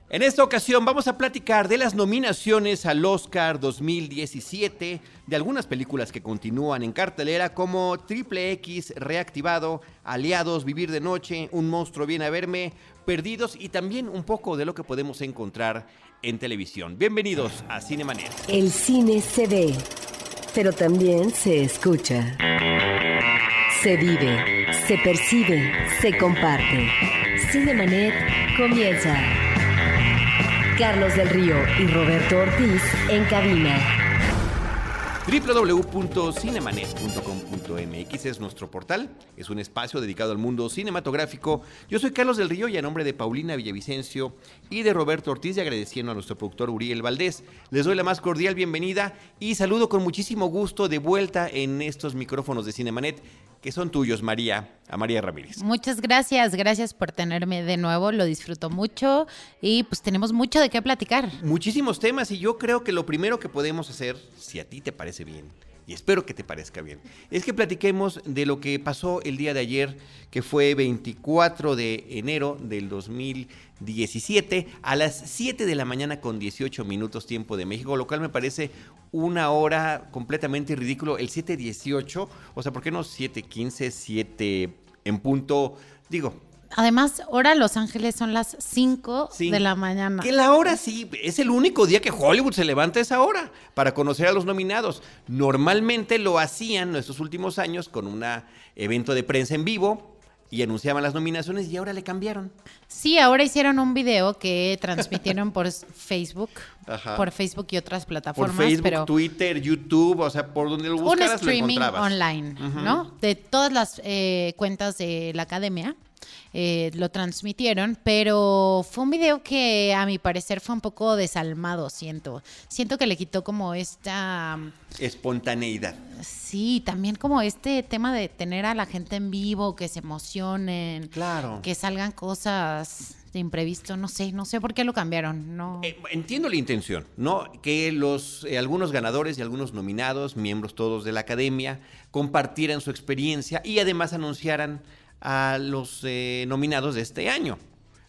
En esta ocasión vamos a platicar de las nominaciones al Oscar 2017, de algunas películas que continúan en cartelera como Triple X, Reactivado, Aliados, Vivir de Noche, Un Monstruo Viene a Verme, Perdidos y también un poco de lo que podemos encontrar en televisión. Bienvenidos a Cinemanet. El cine se ve, pero también se escucha. Se vive, se percibe, se comparte. Cinemanet comienza. Carlos del Río y Roberto Ortiz en cabina. www.cinemanet.com.mx es nuestro portal, es un espacio dedicado al mundo cinematográfico. Yo soy Carlos del Río y a nombre de Paulina Villavicencio y de Roberto Ortiz y agradeciendo a nuestro productor Uriel Valdés, les doy la más cordial bienvenida y saludo con muchísimo gusto de vuelta en estos micrófonos de Cinemanet que son tuyos, María Ramírez. Muchas gracias por tenerme de nuevo, lo disfruto mucho y pues tenemos mucho de qué platicar. Muchísimos temas y yo creo que lo primero que podemos hacer, si a ti te parece bien, y espero que te parezca bien, es que platiquemos de lo que pasó el día de ayer, que fue 24 de enero del 2017, a las 7 de la mañana con 18 minutos tiempo de México, lo cual me parece una hora completamente ridículo, el 7:18, o sea, ¿por qué no 7:15, 7 en punto? Digo... Además, hora Los Ángeles son las 5 de la mañana. Que la hora sí, es el único día que Hollywood se levanta a esa hora para conocer a los nominados. Normalmente lo hacían en estos últimos años con un evento de prensa en vivo y anunciaban las nominaciones y ahora le cambiaron. Sí, ahora hicieron un video que transmitieron por Facebook, Ajá. Por Facebook y otras plataformas. Por Facebook, pero Twitter, YouTube, o sea, por donde lo buscaras lo encontrabas. Un streaming online, ¿no? De todas las cuentas de la academia. Lo transmitieron, pero fue un video que a mi parecer fue un poco desalmado, siento que le quitó como esta espontaneidad. Sí, también como este tema de tener a la gente en vivo, que se emocionen, claro, que salgan cosas de imprevisto, no sé por qué lo cambiaron, no. Entiendo la intención, ¿no? Que algunos ganadores y algunos nominados, miembros todos de la academia, compartieran su experiencia y además anunciaran a los nominados de este año.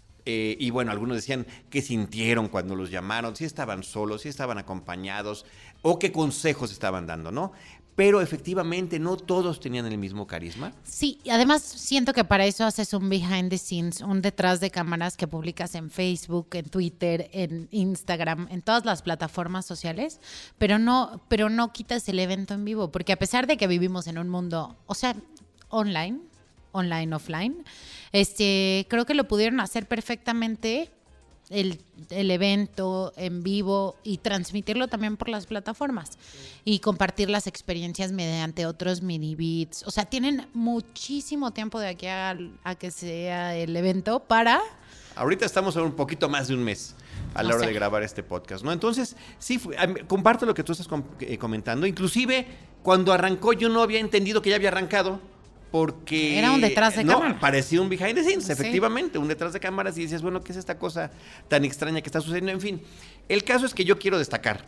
Y bueno, algunos decían qué sintieron cuando los llamaron, si estaban solos, si estaban acompañados o qué consejos estaban dando, ¿no? Pero efectivamente no todos tenían el mismo carisma. Sí, además siento que para eso haces un behind the scenes, un detrás de cámaras que publicas en Facebook, en Twitter, en Instagram, en todas las plataformas sociales, pero no quitas el evento en vivo, porque a pesar de que vivimos en un mundo, o sea, online, offline, creo que lo pudieron hacer perfectamente el evento en vivo y transmitirlo también por las plataformas y compartir las experiencias mediante otros mini beats. O sea, tienen muchísimo tiempo de aquí a que sea el evento para... Ahorita estamos a un poquito más de un mes a la hora de grabar este podcast, ¿no? Entonces, sí, comparto lo que tú estás comentando. Inclusive, cuando arrancó yo no había entendido que ya había arrancado. Porque... Era un detrás de cámaras. No, parecía un behind the scenes, efectivamente, un detrás de cámaras y dices, bueno, ¿qué es esta cosa tan extraña que está sucediendo? En fin, el caso es que yo quiero destacar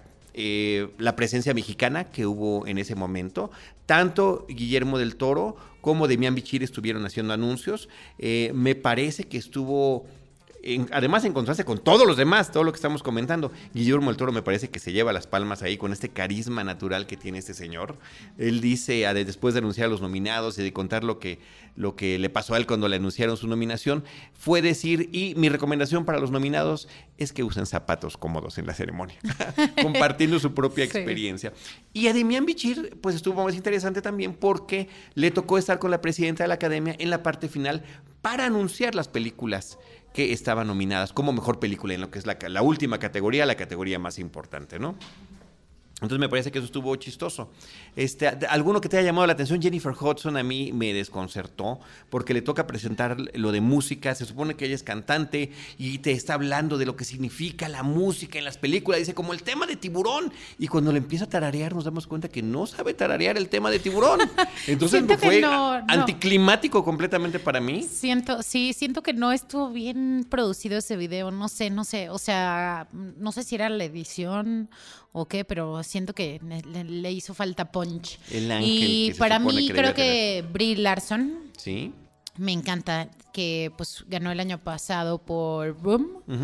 la presencia mexicana que hubo en ese momento. Tanto Guillermo del Toro como Demián Bichir estuvieron haciendo anuncios. Me parece que estuvo... además en contraste con todos los demás, todo lo que estamos comentando, Guillermo del Toro me parece que se lleva las palmas ahí con este carisma natural que tiene este señor. Él dice, después de anunciar a los nominados y de contar lo que le pasó a él cuando le anunciaron su nominación, fue decir, y mi recomendación para los nominados es que usen zapatos cómodos en la ceremonia, compartiendo su propia experiencia. Y a Demián Bichir, pues estuvo más interesante también porque le tocó estar con la presidenta de la academia en la parte final para anunciar las películas que estaban nominadas como mejor película en lo que es la última categoría, la categoría más importante, ¿no? Entonces me parece que eso estuvo chistoso. Alguno que te haya llamado la atención, Jennifer Hudson a mí me desconcertó porque le toca presentar lo de música. Se supone que ella es cantante y te está hablando de lo que significa la música en las películas. Dice como el tema de Tiburón. Y cuando le empieza a tararear nos damos cuenta que no sabe tararear el tema de Tiburón. Entonces fue anticlimático completamente para mí. Siento que no estuvo bien producido ese video. No sé. O sea, no sé si era la edición o qué, pero siento que le hizo falta punch. El ángel. Y para mí creo que Brie Larson, sí, me encanta, que pues ganó el año pasado por Room.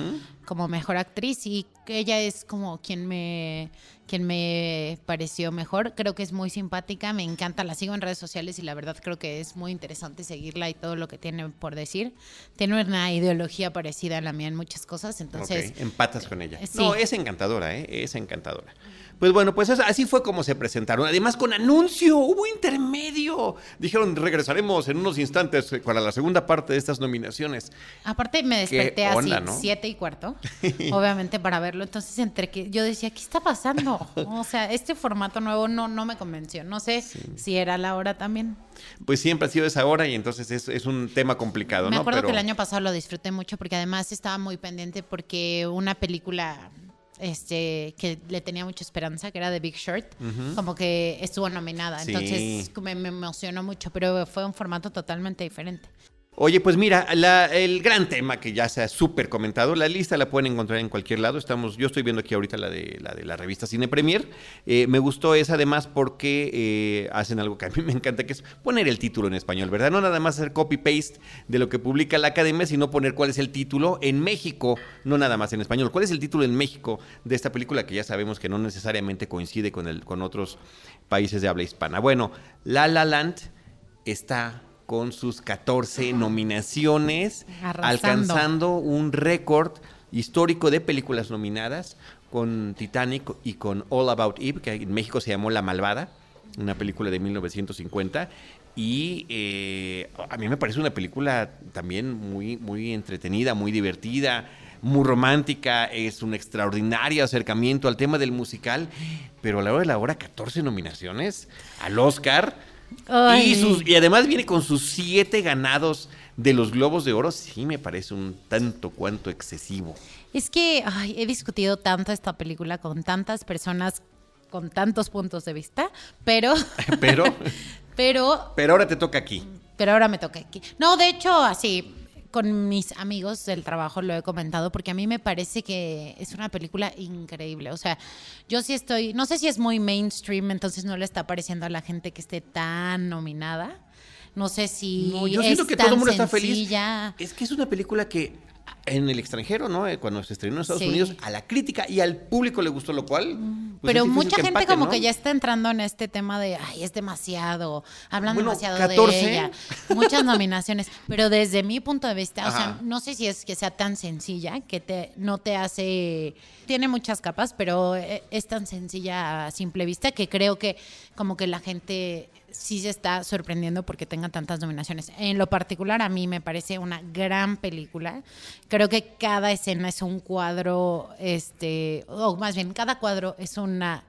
como mejor actriz y ella es como quien me pareció mejor. Creo que es muy simpática, me encanta, la sigo en redes sociales y la verdad creo que es muy interesante seguirla y todo lo que tiene por decir. Tiene una ideología parecida a la mía en muchas cosas, entonces... Okay, empatas con ella. Sí. No, es encantadora, es encantadora. Pues bueno, pues así fue como se presentaron. Además, con anuncio, hubo intermedio. Dijeron, regresaremos en unos instantes para la segunda parte de estas nominaciones. Aparte me desperté Qué onda, así, ¿no? 7:15, obviamente para verlo. Entonces entre que yo decía, ¿qué está pasando? O sea, este formato nuevo no me convenció. No sé si era la hora también. Pues siempre ha sido esa hora y entonces es un tema complicado, Me ¿no? acuerdo Pero que el año pasado lo disfruté mucho porque además estaba muy pendiente porque una película que le tenía mucha esperanza, que era The Big Short, como que estuvo nominada. Sí. Entonces me emocionó mucho, pero fue un formato totalmente diferente. Oye, pues mira, el gran tema que ya se ha súper comentado, la lista la pueden encontrar en cualquier lado. Yo estoy viendo aquí ahorita la de la revista Cine Premier. Me gustó esa además porque hacen algo que a mí me encanta, que es poner el título en español, ¿verdad? No nada más hacer copy-paste de lo que publica la Academia, sino poner cuál es el título en México, no nada más en español. ¿Cuál es el título en México de esta película que ya sabemos que no necesariamente coincide con otros países de habla hispana? Bueno, La La Land está con sus 14 nominaciones, alcanzando un récord histórico de películas nominadas, con Titanic y con All About Eve, que en México se llamó La Malvada, una película de 1950, y a mí me parece una película también muy, muy entretenida, muy divertida, muy romántica, es un extraordinario acercamiento al tema del musical, pero a la hora de la hora, 14 nominaciones al Oscar. Y además viene con sus 7 ganados de los Globos de Oro. Sí, me parece un tanto cuanto excesivo. Es que he discutido tanto esta película con tantas personas, con tantos puntos de vista, pero ahora te toca aquí. Pero ahora me toca aquí. No, de hecho, así, con mis amigos del trabajo lo he comentado porque a mí me parece que es una película increíble. O sea, yo sí estoy, no sé si es muy mainstream, entonces no le está pareciendo a la gente que esté tan nominada. No sé si yo siento es que tan todo el mundo está sencilla. feliz. Es que es una película que en el extranjero, ¿no? Cuando se estrenó en Estados Sí. Unidos, a la crítica y al público le gustó, lo cual... pues Pero es difícil mucha que gente empaten, como ¿no? que ya está entrando en este tema de, es demasiado, hablan Bueno, demasiado 14. de ella, muchas nominaciones, pero desde mi punto de vista, o sea, Ajá. no sé si es que sea tan sencilla, que no te hace, tiene muchas capas, pero es tan sencilla a simple vista que creo que como que la gente sí se está sorprendiendo porque tenga tantas nominaciones. En lo particular, a mí me parece una gran película. Creo que cada escena es un cuadro, o más bien, cada cuadro es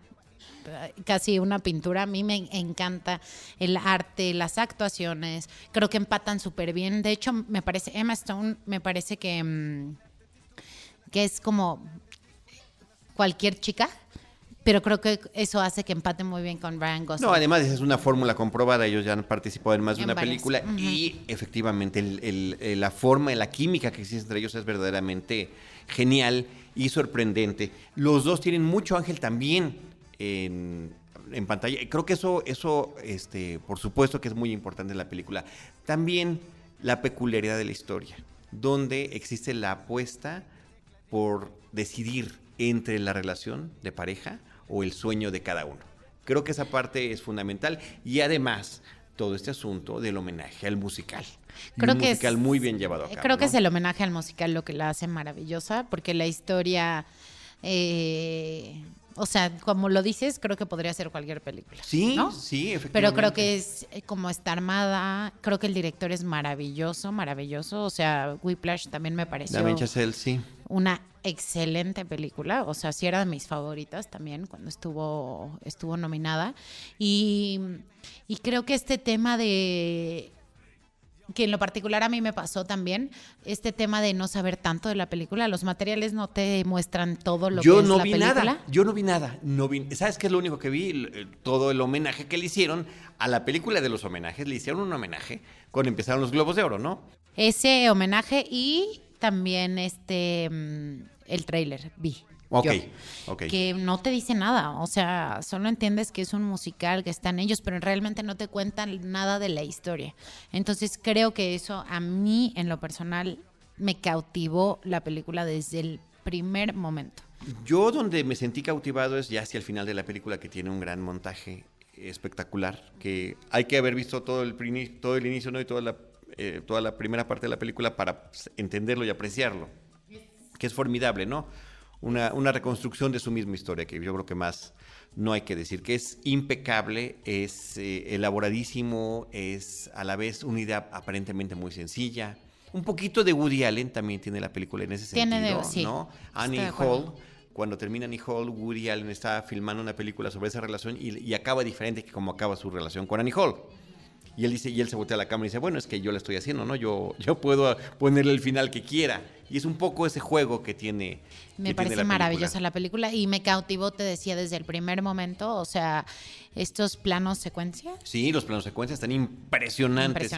casi una pintura. A mí me encanta el arte, las actuaciones. Creo que empatan súper bien. De hecho, me parece, Emma Stone, me parece que es como cualquier chica. Pero creo que eso hace que empate muy bien con Ryan Gosling. No, además es una fórmula comprobada, ellos ya han participado en más de En una varias. película y efectivamente la forma, la química que existe entre ellos es verdaderamente genial y sorprendente. Los dos tienen mucho ángel también en pantalla. Creo que eso por supuesto que es muy importante en la película. También la peculiaridad de la historia, donde existe la apuesta por decidir entre la relación de pareja o el sueño de cada uno. Creo que esa parte es fundamental y además todo este asunto del homenaje al musical. Creo un que musical es, muy bien llevado a cabo. Creo que ¿no? es el homenaje al musical lo que la hace maravillosa, porque la historia, o sea, como lo dices, creo que podría ser cualquier película. Sí, ¿no? sí, efectivamente. Pero creo que es como está armada. Creo que el director es maravilloso, maravilloso. O sea, Whiplash también me pareció Damien Chazelle, sí. una excelente película. O sea, sí era de mis favoritas también cuando estuvo nominada. Y creo que este tema de que en lo particular a mí me pasó también, este tema de no saber tanto de la película, los materiales no te muestran todo lo que es la película. Yo no vi nada, ¿sabes qué es lo único que vi? Todo el homenaje que le hicieron a la película de los homenajes, le hicieron un homenaje cuando empezaron los Globos de Oro, ¿no? Ese homenaje y también el tráiler vi. Ok. Que no te dice nada, o sea, solo entiendes que es un musical, que están ellos, pero realmente no te cuentan nada de la historia. Entonces creo que eso a mí, en lo personal, me cautivó la película desde el primer momento. Yo donde me sentí cautivado es ya hacia el final de la película, que tiene un gran montaje espectacular, que hay que haber visto todo el inicio, ¿no? Y toda la primera parte de la película para entenderlo y apreciarlo, que es formidable, ¿no? Una reconstrucción de su misma historia, que yo creo que más no hay que decir, que es impecable, es elaboradísimo, es a la vez una idea aparentemente muy sencilla. Un poquito de Woody Allen también tiene la película en ese sentido, sí, ¿no? Annie Hall, cuando termina Annie Hall, Woody Allen está filmando una película sobre esa relación y acaba diferente que como acaba su relación con Annie Hall. Y él se voltea a la cámara y dice, bueno, es que yo la estoy haciendo, ¿no? Yo puedo ponerle el final que quiera. Y es un poco ese juego que tiene. Me parece maravillosa la película y me cautivó, te decía, desde el primer momento. O sea, estos planos secuencia. Sí, los planos secuencia están impresionantes.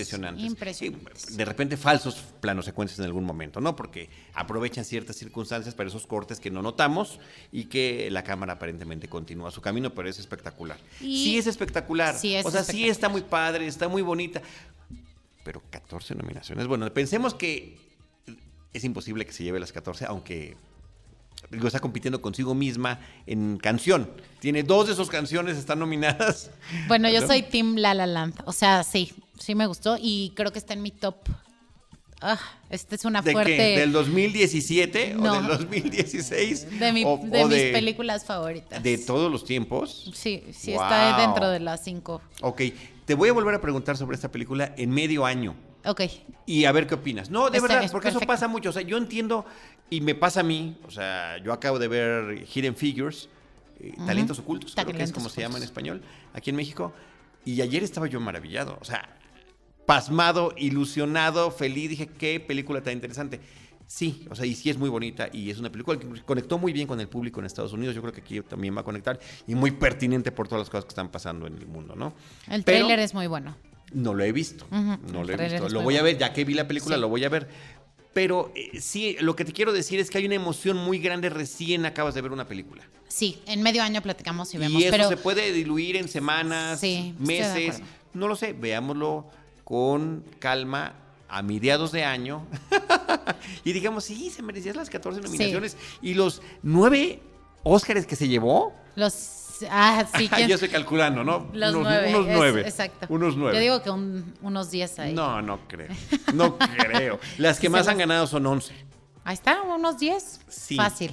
De repente falsos planos secuencias en algún momento, ¿no? Porque aprovechan ciertas circunstancias para esos cortes que no notamos y que la cámara aparentemente continúa su camino, pero es espectacular. Sí es espectacular. Sí está muy padre, está muy bonita. Pero 14 nominaciones. Bueno, pensemos que es imposible que se lleve las 14, aunque está compitiendo consigo misma en canción. Tiene 2 de sus canciones, están nominadas. Bueno, yo soy Team La La Land. O sea, sí me gustó y creo que está en mi top. Esta es una fuerte... ¿De qué? ¿Del 2017 o del 2016? De mis películas favoritas. ¿De todos los tiempos? Sí, wow. Está dentro de las 5. Ok, te voy a volver a preguntar sobre esta película en medio año. Ok. Y a ver qué opinas. No, de verdad, porque perfecto. Eso pasa mucho. O sea, yo entiendo y me pasa a mí. O sea, yo acabo de ver Hidden Figures, Talentos Ocultos, creo que es como se llama en español, aquí en México. Y ayer estaba yo maravillado. O sea, pasmado, ilusionado, feliz. Dije, qué película tan interesante. Sí, o sea, y sí es muy bonita y es una película que conectó muy bien con el público en Estados Unidos. Yo creo que aquí también va a conectar y muy pertinente por todas las cosas que están pasando en el mundo, ¿no? El tráiler es muy bueno. No lo he visto, Lo voy a ver, ya que vi la película, lo voy a ver. Pero sí, lo que te quiero decir es que hay una emoción muy grande recién acabas de ver una película. Sí, en medio año platicamos y vemos. Y eso se puede diluir en semanas, meses, no lo sé, veámoslo con calma a mediados de año. Y digamos, sí, se merecían las 14 nominaciones. Sí. Y los 9 Óscares que se llevó. Sí, yo estoy calculando, ¿no? Unos 9. Exacto. Unos 9. Yo digo que unos 10 ahí. No creo. No creo. Las que más han ganado son 11. Ahí está, unos 10. Sí. Fácil.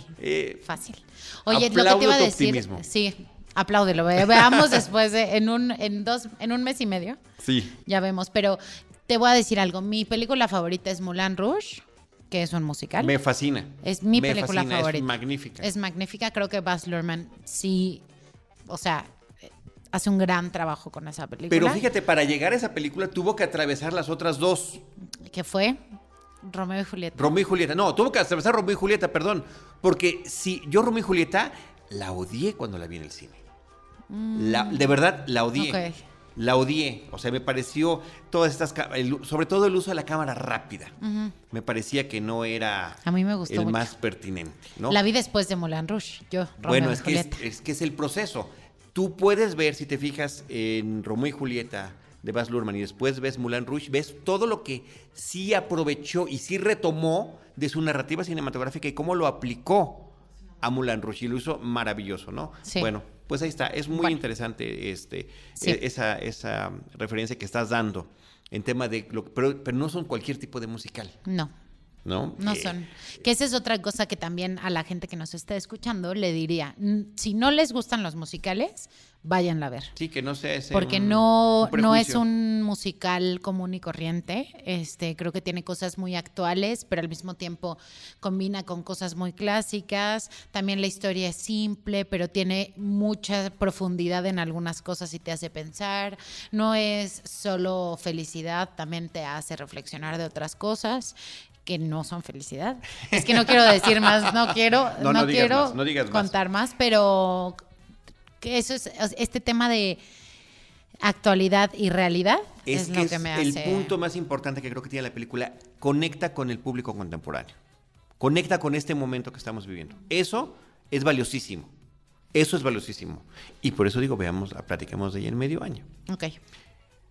Oye, lo que te iba a decir. Optimismo. Sí, apláudelo. Veamos después en un mes y medio. Sí. Ya vemos. Pero te voy a decir algo. Mi película favorita es Moulin Rouge, que es un musical. Me fascina. Es mi película favorita. Es magnífica. Es magnífica. Creo que Baz Luhrmann sí, o sea, hace un gran trabajo con esa película. Pero fíjate, para llegar a esa película tuvo que atravesar las otras 2. ¿Qué fue? Romeo y Julieta. Tuvo que atravesar Romeo y Julieta, perdón. Porque si yo Romeo y Julieta la odié cuando la vi en el cine. De verdad, la odié. Okay. La odié, o sea, me pareció todas estas, sobre todo el uso de la cámara rápida, me parecía que no era a mí me gustó el mucho. Más pertinente, ¿no? La vi después de Moulin Rouge, Bueno, es que es el proceso. Tú puedes ver, si te fijas en Romeo y Julieta de Baz Luhrmann y después ves Moulin Rouge, ves todo lo que sí aprovechó y sí retomó de su narrativa cinematográfica y cómo lo aplicó a Moulin Rouge y lo hizo maravilloso, ¿no? Sí. Bueno, pues ahí está, es muy interesante esa referencia que estás dando en tema de pero no son cualquier tipo de musical. No son. Que esa es otra cosa que también a la gente que nos está escuchando le diría, si no les gustan los musicales, váyanla a ver. Sí, que no sea ese porque no es un musical común y corriente. Creo que tiene cosas muy actuales, pero al mismo tiempo combina con cosas muy clásicas. También la historia es simple, pero tiene mucha profundidad en algunas cosas y te hace pensar. No es solo felicidad, también te hace reflexionar de otras cosas que no son felicidad. Es que no quiero decir más, no quiero contar más, pero que eso es este tema de actualidad y realidad es lo que me hace. El punto más importante que creo que tiene la película, conecta con el público contemporáneo, conecta con este momento que estamos viviendo. Eso es valiosísimo. Y por eso digo, platiquemos de ella en medio año. Ok.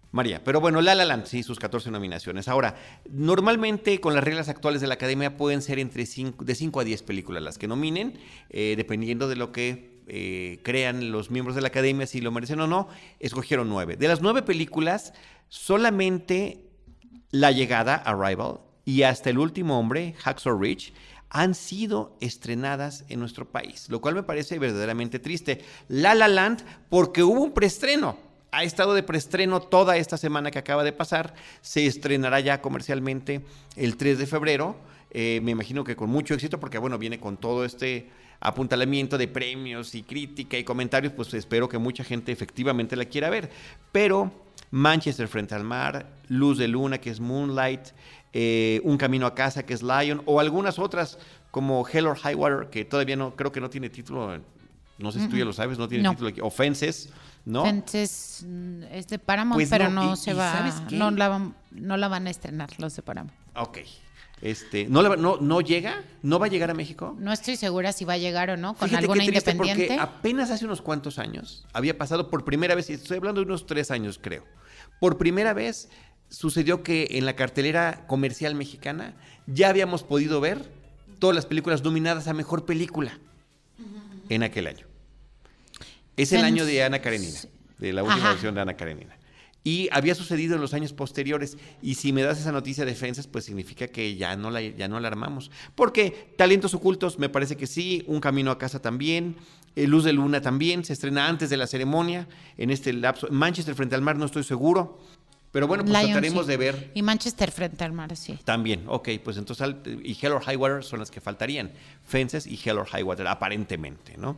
María, pero bueno, La La Land, sí, sus 14 nominaciones. Ahora, normalmente con las reglas actuales de la Academia pueden ser de 5 a 10 películas las que nominen, dependiendo de lo que crean los miembros de la Academia, si lo merecen o no. Escogieron 9. De las 9 películas, solamente La Llegada, Arrival, y Hasta el Último Hombre, Hacksaw Ridge, han sido estrenadas en nuestro país, lo cual me parece verdaderamente triste. La La Land, porque hubo un preestreno. Ha estado de preestreno toda esta semana que acaba de pasar. Se estrenará ya comercialmente el 3 de febrero. Me imagino que con mucho éxito, porque bueno, viene con todo este apuntalamiento de premios y crítica y comentarios, pues espero que mucha gente efectivamente la quiera ver. Pero Manchester frente al mar, Luz de Luna, que es Moonlight, Un Camino a Casa, que es Lion, o algunas otras como Hell or High Water, que todavía no, creo que no tiene título, no sé si tú ya lo sabes, no tiene título aquí, o Fences, ¿no? Fences es de Paramount, Pues pero no, no se va, ¿sabes qué? no la van a estrenar los de Paramount. Ok. ¿No llega? ¿No va a llegar a México? No estoy segura si va a llegar o no, con Fíjate alguna qué triste, independiente. porque apenas hace unos cuantos años había pasado por primera vez, y estoy hablando de unos 3 años creo, por primera vez sucedió que en la cartelera comercial mexicana ya habíamos podido ver todas las películas nominadas a Mejor Película en aquel año. Es el año de Ana Karenina, de la última versión de Ana Karenina. Y había sucedido en los años posteriores. Y si me das esa noticia de Fences, pues significa que ya no la armamos. Porque Talentos Ocultos, me parece que sí. Un Camino a Casa también. Luz de Luna también. Se estrena antes de la ceremonia. En este lapso. Manchester frente al mar, no estoy seguro. Pero bueno, pues Lion, trataremos sí. de ver. Y Manchester frente al mar, sí. También, ok, pues entonces, y Hell or High Water son las que faltarían. Fences y Hell or High Water, aparentemente, ¿no?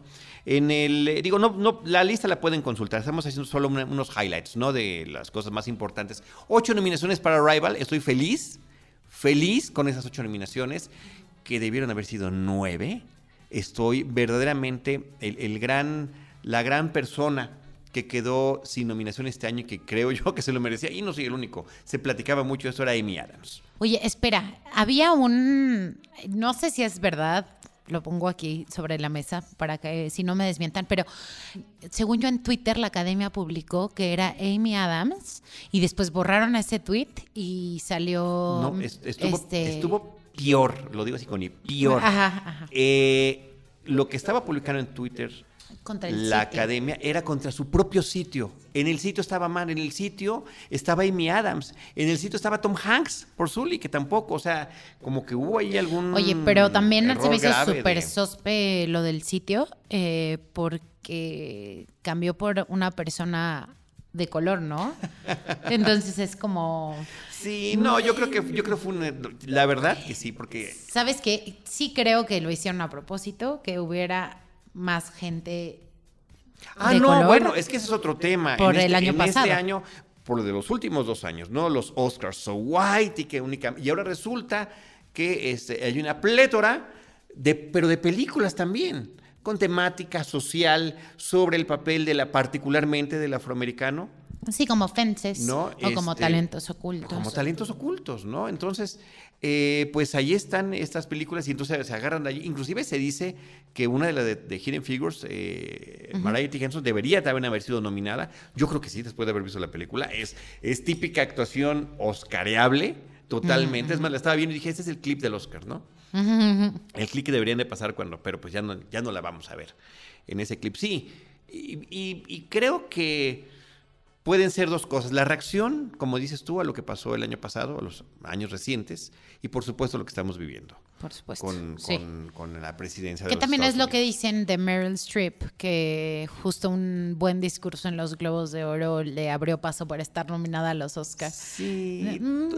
La lista la pueden consultar, estamos haciendo solo unos highlights, ¿no? De las cosas más importantes. 8 nominaciones para Arrival, estoy feliz con esas 8 nominaciones, que debieron haber sido 9. Estoy verdaderamente, la gran persona que quedó sin nominación este año y que creo yo que se lo merecía, y no soy el único, se platicaba mucho, eso era Amy Adams. Oye, espera, no sé si es verdad, lo pongo aquí sobre la mesa para que si no me desmientan, pero según yo en Twitter la Academia publicó que era Amy Adams y después borraron ese tweet y salió... No, estuvo peor, lo digo así con peor. Ajá. Lo que estaba publicando en Twitter contra la sitio. Academia era contra su propio sitio. En el sitio estaba mal, en el sitio estaba Amy Adams, en el sitio estaba Tom Hanks por Sully, que tampoco, o sea, como que hubo ahí algún... Oye, pero también se me hizo grave súper sospe lo del sitio, porque cambió por una persona de color, ¿no? Entonces es como... Sí, no, yo creo que fue la verdad que sí, porque... ¿Sabes qué? Sí creo que lo hicieron a propósito, que hubiera más gente de color. Bueno, es que ese es otro tema. Por el año pasado. Este año, por lo de los últimos 2 años, ¿no? Los Oscars So White y ahora resulta que hay una plétora pero de películas también, con temática social sobre el papel particularmente del afroamericano. Sí, como Fences, ¿no? o como Talentos Ocultos. Como Talentos Ocultos, ¿no? Entonces, pues ahí están estas películas y entonces se agarran de allí. Inclusive se dice que una de las de Hidden Figures, Mariah T. Henson, debería también haber sido nominada. Yo creo que sí, después de haber visto la película. Es típica actuación oscareable, totalmente. Es más, la estaba viendo y dije, este es el clip del Oscar, ¿no? El clip que deberían de pasar pero pues ya no la vamos a ver en ese clip. Sí, y creo que pueden ser 2 cosas. La reacción, como dices tú, a lo que pasó el año pasado, a los años recientes, y por supuesto lo que estamos viviendo. Por supuesto. Con la presidencia de que los también Estados es lo que Unidos. dicen de Meryl Streep, que justo un buen discurso en los Globos de Oro le abrió paso por estar nominada a los Oscars. Sí,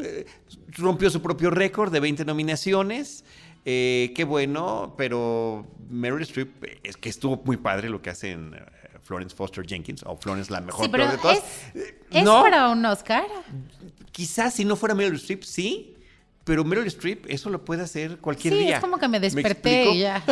rompió su propio récord de 20 nominaciones. Qué bueno, pero Meryl Streep, es que estuvo muy padre lo que hace en Florence Foster Jenkins, o Florence la mejor Sí, pero peor de todas. ¿es No, para un Oscar? quizás si no fuera Meryl Streep, sí. Pero Meryl Streep, eso lo puede hacer cualquier Sí, día. es como que me explico? desperté y ya.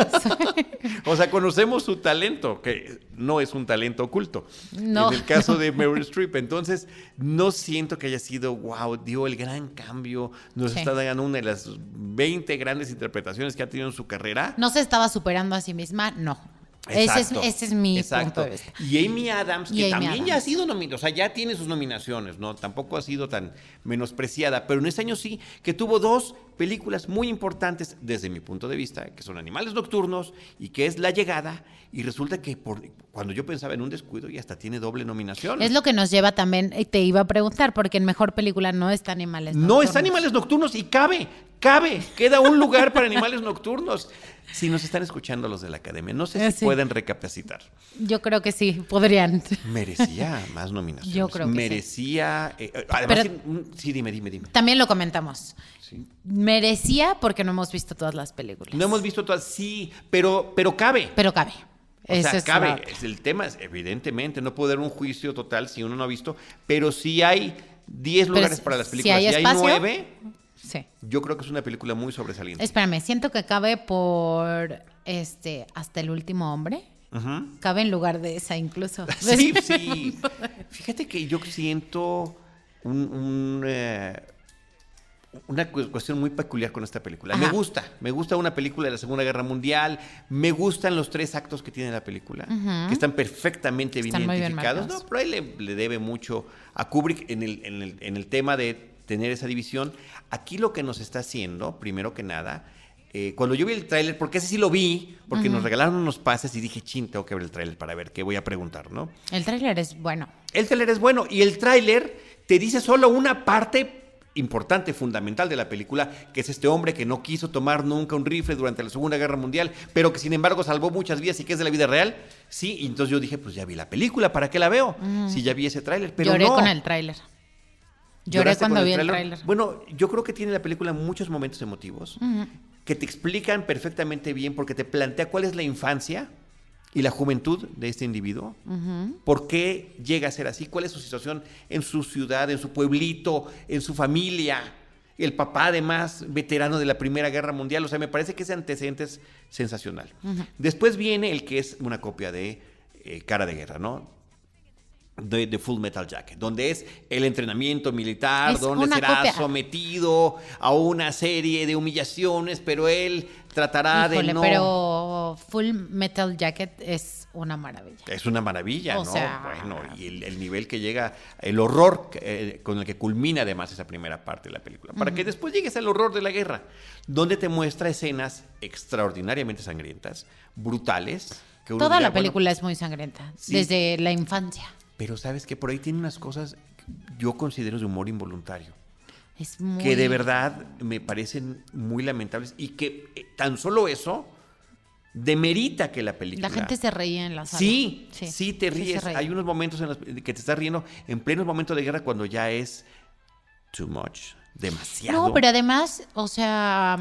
O sea, conocemos su talento, que no es un talento oculto. No. En el caso de Meryl Streep. Entonces, no siento que haya sido, wow, dio el gran cambio. Nos Sí. está dando una de las 20 grandes interpretaciones que ha tenido en su carrera. ¿No se estaba superando a sí misma? No. Exacto, Ese es mi exacto. punto de vista. Y Amy Adams, que Y Amy también Adams. ya ha sido nominada, o sea, ya tiene sus nominaciones, ¿no? Tampoco ha sido tan menospreciada, pero en este año sí, que tuvo 2 películas muy importantes desde mi punto de vista, que son Animales Nocturnos y que es La Llegada, y resulta que cuando yo pensaba en un descuido y hasta tiene doble nominación. Es lo que nos lleva también, te iba a preguntar, porque en mejor película no está Animales No, Nocturnos. está Animales Nocturnos y cabe, queda un lugar para Animales Nocturnos. Si nos están escuchando los de la Academia, no sé si Sí. pueden recapacitar. Yo creo que sí, podrían. Merecía más nominaciones. Yo creo que sí. Merecía. Además, Pero- sí, dime. También lo comentamos. Sí. Merecía porque no hemos visto todas las películas. No hemos visto todas, sí, pero cabe. Pero cabe. O Eso sea, es cabe. la otra. El tema es, evidentemente, no puedo dar un juicio total si uno no ha visto, pero si hay 10 Pero lugares para las si películas, hay y hay espacio, 9, Sí. yo creo que es una película muy sobresaliente. Espérame, siento que cabe por Hasta el último hombre. Ujú. Cabe en lugar de esa incluso. Sí, sí. Fíjate que yo siento una cuestión muy peculiar con esta película. Ajá. Me gusta una película de la Segunda Guerra Mundial, me gustan los 3 actos que tiene la película, que están perfectamente bien Están muy bien identificados. marcados. No, pero ahí le debe mucho a Kubrick en el tema de tener esa división. Aquí lo que nos está haciendo, primero que nada, cuando yo vi el tráiler, porque ese sí lo vi, porque nos regalaron unos pases y dije, chin, tengo que ver el tráiler para ver qué voy a preguntar, ¿no? El tráiler es bueno. El tráiler es bueno y el tráiler te dice solo una parte importante, fundamental de la película, que es este hombre que no quiso tomar nunca un rifle durante la Segunda Guerra Mundial, pero que sin embargo salvó muchas vidas y que es de la vida real. Sí, y entonces yo dije, pues ya vi la película, ¿para qué la veo? Si ya vi ese tráiler, pero Lloré no. con el tráiler. Lloré ¿Lloraste cuando con vi el tráiler. Bueno, yo creo que tiene la película muchos momentos emotivos que te explican perfectamente bien porque te plantea cuál es la infancia y la juventud de este individuo, por qué llega a ser así, cuál es su situación en su ciudad, en su pueblito, en su familia. El papá, además, veterano de la Primera Guerra Mundial. O sea, me parece que ese antecedente es sensacional. Después viene el que es una copia de Cara de Guerra, ¿no? De Full Metal Jacket, donde es el entrenamiento militar, Es donde una será copia. sometido a una serie de humillaciones, pero él tratará Híjole, de no... pero Full Metal Jacket es una maravilla. Es una maravilla, O ¿no? sea- Bueno, y el nivel que llega, el horror con el que culmina además esa primera parte de la película, para que después llegues al horror de la guerra, donde te muestra escenas extraordinariamente sangrientas, brutales. Que uno Toda diría, la película es muy sangrienta, Sí. desde la infancia. Pero sabes que por ahí tiene unas cosas que yo considero de humor involuntario, Es muy... que de verdad me parecen muy lamentables y que tan solo eso demerita que la película... La gente se reía en la sala. Sí, sí, te se ríes. reía. Hay unos momentos en los que te estás riendo en plenos momentos de guerra cuando ya es too much, demasiado. No, pero además, o sea,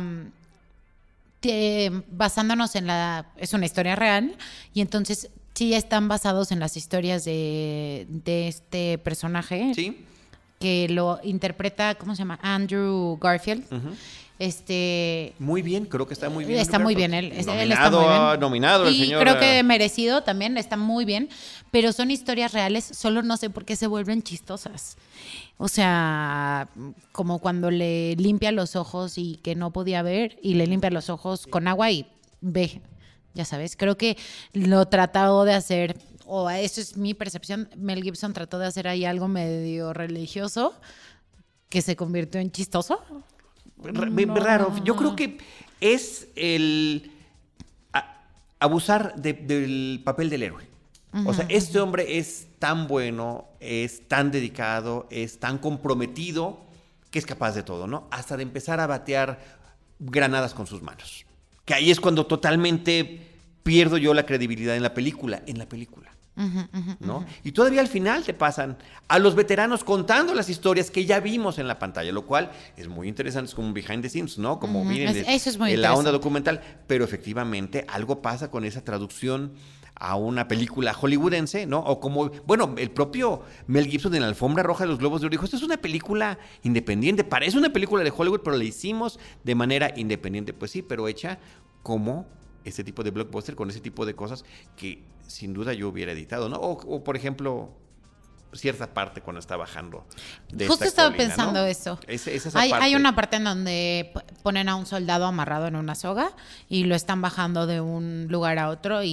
basándonos en es una historia real y entonces sí están basados en las historias de este personaje Sí, que lo interpreta, ¿cómo se llama? Andrew Garfield. muy bien, creo que está muy bien. Está muy bien, él está muy bien. Nominado el Y señor. creo que merecido también, está muy bien, pero son historias reales, solo no sé por qué se vuelven chistosas. O sea, como cuando le limpia los ojos y que no podía ver y le limpia los ojos con agua y ve, ya sabes. Creo que lo tratado de hacer, o eso es mi percepción, Mel Gibson trató de hacer ahí algo medio religioso que se convirtió en chistoso. Raro. Yo creo que es el abusar del papel del héroe. O sea, este hombre es tan bueno, es tan dedicado, es tan comprometido que es capaz de todo, ¿no? Hasta de empezar a batear granadas con sus manos. Que ahí es cuando totalmente pierdo yo la credibilidad en la película. ¿No? Y todavía al final te pasan a los veteranos contando las historias que ya vimos en la pantalla, lo cual es muy interesante, es como un behind the scenes, ¿no? Como miren, Eso es muy en la onda interesante. documental, pero efectivamente algo pasa con esa traducción a una película hollywoodense, ¿no? O como, bueno, el propio Mel Gibson en la Alfombra Roja de los Globos de Oro dijo, esto es una película independiente, parece una película de Hollywood, pero la hicimos de manera independiente. Pues sí, pero hecha como este tipo de blockbuster, con ese tipo de cosas que sin duda yo hubiera editado, ¿no? O por ejemplo, cierta parte cuando está bajando de Justo esta estaba colina, pensando ¿no? eso. Esa Hay parte. una parte en donde ponen a un soldado amarrado en una soga y lo están bajando de un lugar a otro y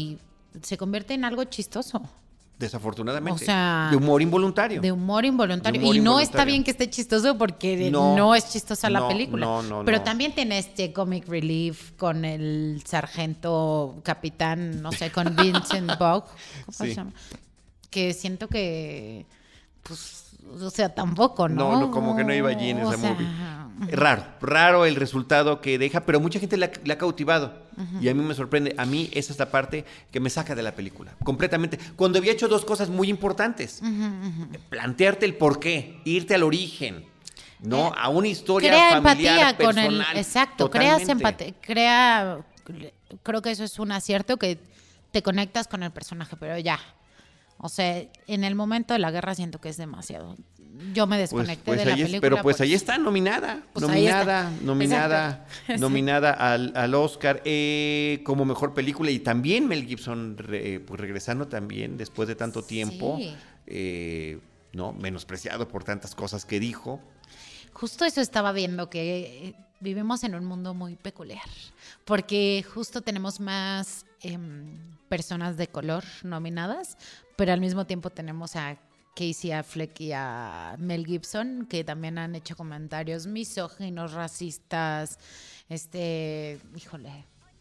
se convierte en algo chistoso. Desafortunadamente. O sea, de humor involuntario. De humor involuntario. De humor y no involuntario. está bien que esté chistoso porque no es chistosa la película. Pero no. también tiene este comic relief con el sargento capitán, no sé, con Vincent Vaughn. ¿Cómo se llama? Que siento que, pues, o sea, tampoco, ¿no? No, como que no iba allí en esa movie. Raro el resultado que deja, pero mucha gente le ha cautivado. Y a mí me sorprende. A mí esa es la parte que me saca de la película, completamente. Cuando había hecho dos cosas muy importantes. Plantearte el porqué, irte al origen, ¿no? A una historia familiar, empatía personal. Con el, exacto, totalmente. creas empatía, creo que eso es un acierto, que te conectas con el personaje, pero ya. O sea, en el momento de la guerra siento que es demasiado. Yo me desconecté de la película. Pero pues ahí está, nominada. Pues nominada Exacto. al Oscar como mejor película. Y también Mel Gibson, pues regresando también después de tanto tiempo, ¿no? Menospreciado por tantas cosas que dijo. Justo eso estaba viendo, que vivimos en un mundo muy peculiar, porque justo tenemos más personas de color nominadas, pero al mismo tiempo tenemos a Casey Affleck y a Mel Gibson, que también han hecho comentarios misóginos, racistas, híjole,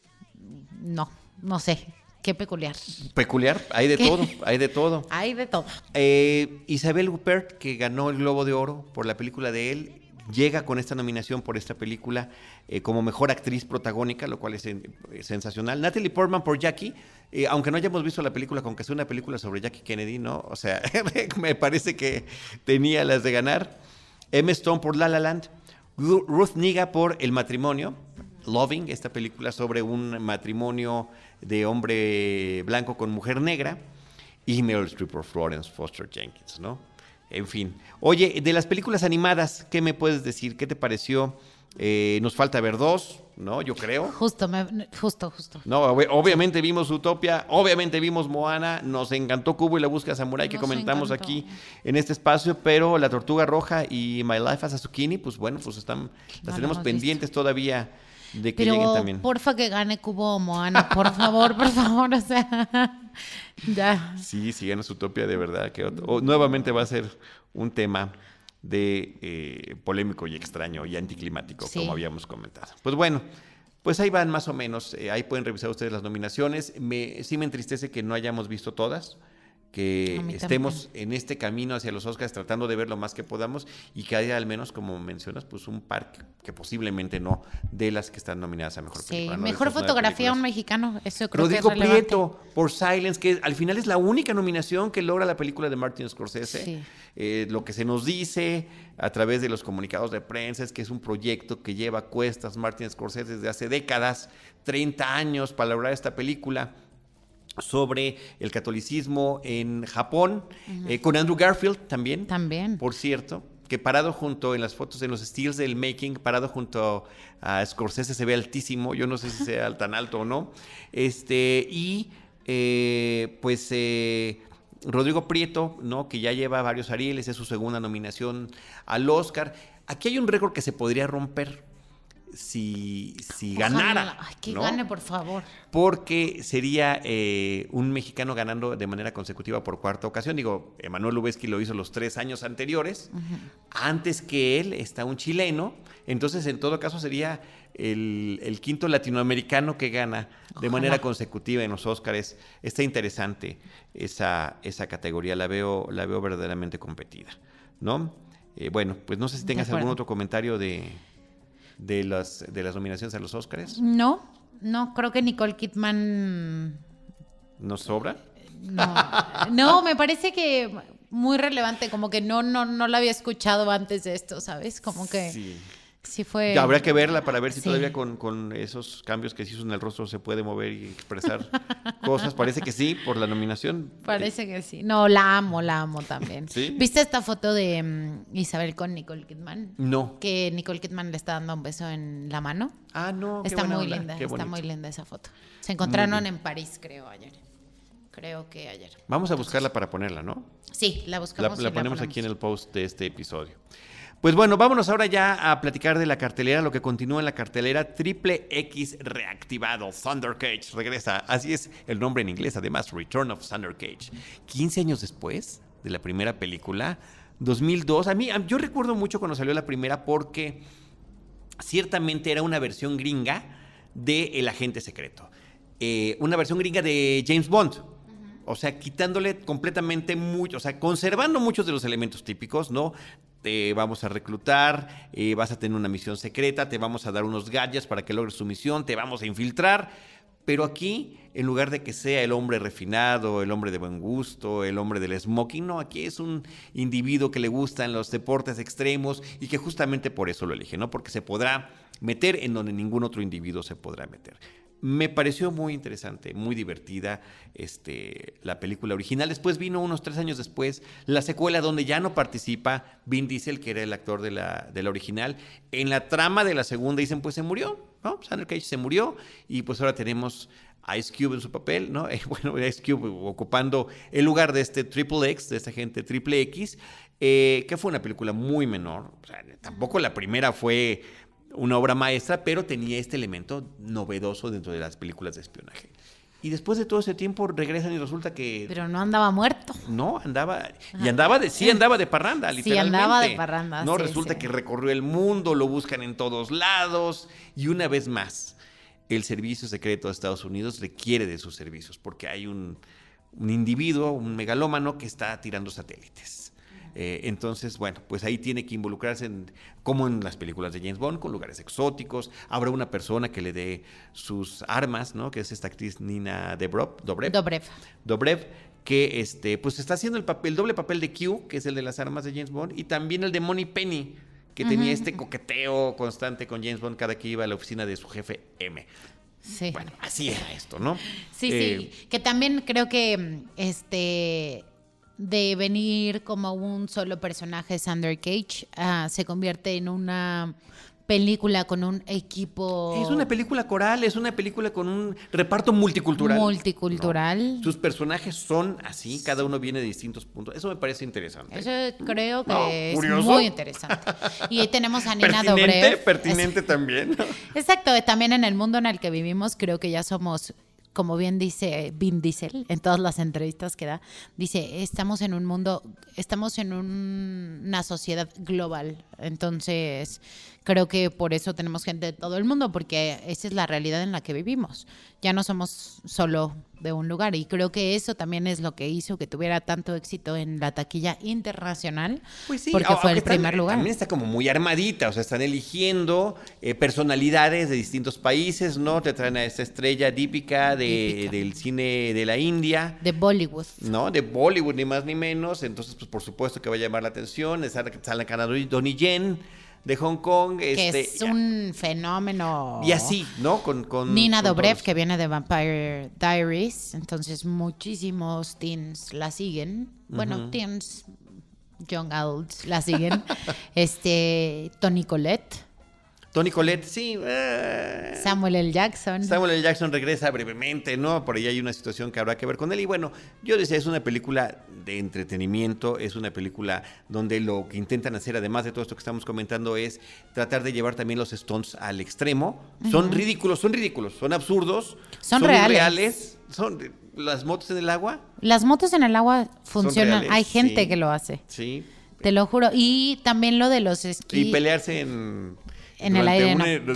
no sé, qué peculiar. Peculiar, hay de todo, hay de todo. Hay de todo. Isabelle Huppert, que ganó el Globo de Oro por la película de él, llega con esta nominación por esta película como mejor actriz protagónica, lo cual es sensacional. Natalie Portman por Jackie, aunque no hayamos visto la película, con que sea una película sobre Jackie Kennedy, ¿no? O sea, me parece que tenía las de ganar. Emma Stone por La La Land, Ruth Negga por El matrimonio, Loving, esta película sobre un matrimonio de hombre blanco con mujer negra, y Meryl Streep por Florence Foster Jenkins, ¿no? En fin. Oye, de las películas animadas, ¿qué me puedes decir? ¿Qué te pareció? Nos falta ver dos, ¿no? Yo creo. Justo. No, obviamente vimos Zootopia, obviamente vimos Moana, nos encantó Kubo y la búsqueda samurai, que comentamos aquí en este espacio, pero La Tortuga Roja y My Life as a Zucchini, pues bueno, pues las tenemos pendientes todavía de que lleguen también. Porfa que gane Kubo o Moana, por favor, o sea, ya. Sí, gana Zootopia, de verdad, que nuevamente va a ser un tema de polémico y extraño y anticlimático, como habíamos comentado. Pues bueno, pues ahí van más o menos, ahí pueden revisar ustedes las nominaciones. Sí me entristece que no hayamos visto todas, que estemos en este camino hacia los Oscars tratando de ver lo más que podamos y que haya al menos, como mencionas, pues un par que posiblemente no de las que están nominadas a mejor película. Sí, ¿no? mejor fotografía un mexicano, eso creo Rodrigo que es relevante. Prieto por Silence, que al final es la única nominación que logra la película de Martin Scorsese. Sí. Lo que se nos dice a través de los comunicados de prensa es que es un proyecto que lleva a cuestas Martin Scorsese desde hace décadas, 30 años, para lograr esta película sobre el catolicismo en Japón, con Andrew Garfield también, por cierto, que parado junto en las fotos, en los stills del making, parado junto a Scorsese se ve altísimo, yo no sé si sea tan alto o no, Rodrigo Prieto, ¿no? Que ya lleva varios Arieles, es su segunda nominación al Oscar. Aquí hay un récord que se podría romper si ganara. Ay, que ¿no? gane, por favor. Porque sería un mexicano ganando de manera consecutiva por cuarta ocasión. Digo, Emmanuel Lubezki lo hizo los 3 años anteriores. Antes que él está un chileno. Entonces, en todo caso, sería el quinto latinoamericano que gana de manera consecutiva en los Óscares. Está interesante esa categoría. La veo verdaderamente competida, ¿no? Bueno, pues no sé si tengas algún otro comentario de las nominaciones a los Óscares. No, creo que Nicole Kidman... ¿Nos sobra? No, me parece que muy relevante, como que no la había escuchado antes de esto, ¿sabes? Como que sí fue... Ya habría que verla para ver si todavía con esos cambios que se hizo en el rostro se puede mover y expresar cosas. Parece que sí, por la nominación. Parece que sí. No, la amo también. ¿Sí? ¿Viste esta foto de Isabel con Nicole Kidman? No. Que Nicole Kidman le está dando un beso en la mano. Ah, no, está qué buena muy onda, linda, qué está bonito. muy linda esa foto. Se encontraron en París, creo que ayer. Vamos a buscarla para ponerla, ¿no? Sí, la buscamos. La ponemos aquí en el post de este episodio. Pues bueno, vámonos ahora ya a platicar de la cartelera, lo que continúa en la cartelera. Triple X reactivado, Thunder Cage regresa, así es el nombre en inglés, además, Return of Thunder Cage. 15 años después de la primera película, 2002, yo recuerdo mucho cuando salió la primera porque ciertamente era una versión gringa de El Agente Secreto, una versión gringa de James Bond. O sea, quitándole completamente mucho, o sea, conservando muchos de los elementos típicos, ¿no? Te vamos a reclutar, vas a tener una misión secreta, te vamos a dar unos gadgets para que logres tu misión, te vamos a infiltrar. Pero aquí, en lugar de que sea el hombre refinado, el hombre de buen gusto, el hombre del smoking, no, aquí es un individuo que le gustan los deportes extremos y que justamente por eso lo elige, ¿no? Porque se podrá meter en donde ningún otro individuo se podrá meter. Me pareció muy interesante, muy divertida la película original. Después vino unos 3 años después la secuela donde ya no participa Vin Diesel, que era el actor de la original. En la trama de la segunda dicen, pues se murió, ¿no? Thunder Cage se murió y pues ahora tenemos a Ice Cube en su papel, ¿no? Bueno, Ice Cube ocupando el lugar de Triple X, de esta gente Triple X, que fue una película muy menor. O sea, tampoco la primera fue una obra maestra, pero tenía este elemento novedoso dentro de las películas de espionaje. Y después de todo ese tiempo regresan y resulta que... Pero no andaba muerto. No, andaba... Y andaba de parranda, literalmente. Sí, andaba de parranda. No, sí, resulta sí. que recorrió el mundo, lo buscan en todos lados. Y una vez más, el Servicio Secreto de Estados Unidos requiere de sus servicios, porque hay un individuo, un megalómano, que está tirando satélites. Entonces, bueno, pues ahí tiene que involucrarse como en las películas de James Bond, con lugares exóticos. Habrá una persona que le dé sus armas, ¿no? Que es esta actriz Nina Dobrev, que pues está haciendo el doble papel de Q, que es el de las armas de James Bond, y también el de Moneypenny, que tenía este coqueteo constante con James Bond cada que iba a la oficina de su jefe M. Sí. Bueno, así era esto, ¿no? Sí, sí. Que también creo que de venir como un solo personaje, Thunder Cage, se convierte en una película con un equipo... Es una película coral, es una película con un reparto multicultural. Multicultural. ¿No? Sus personajes son así, cada uno viene de distintos puntos. Eso me parece interesante. Eso creo que es ¿curioso? muy interesante. Y ahí tenemos a Nina Dobrev. Pertinente también, ¿no? Exacto, también en el mundo en el que vivimos creo que ya somos... Como bien dice Vin Diesel en todas las entrevistas que da, dice, estamos en un mundo, estamos en una sociedad global. Entonces, creo que por eso tenemos gente de todo el mundo, porque esa es la realidad en la que vivimos. Ya no somos solo de un lugar. Y creo que eso también es lo que hizo que tuviera tanto éxito en la taquilla internacional, pues sí, porque fue el primer lugar. También está como muy armadita, o sea, están eligiendo personalidades de distintos países, ¿no? Te traen a esta estrella típica del cine de la India. De Bollywood. No, de Bollywood, ni más ni menos. Entonces, pues por supuesto que va a llamar la atención. Sale Donnie Yen de Hong Kong. Que es un fenómeno. Y así, ¿no? Con Nina Dobrev, todos. que viene de Vampire Diaries. Entonces, muchísimos teens la siguen. Bueno, teens, young adults la siguen. Toni Collette. Toni Collette, sí. Samuel L. Jackson. Samuel L. Jackson regresa brevemente, ¿no? Por ahí hay una situación que habrá que ver con él. Y bueno, yo decía, es una película de entretenimiento, es una película donde lo que intentan hacer, además de todo esto que estamos comentando, es tratar de llevar también los stunts al extremo. Son ridículos, son absurdos. Son reales. Son las motos en el agua. Las motos en el agua funcionan. Reales, Hay gente sí, que lo hace. Sí. Te lo juro. Y también lo de los esquí. Y pelearse en el aire,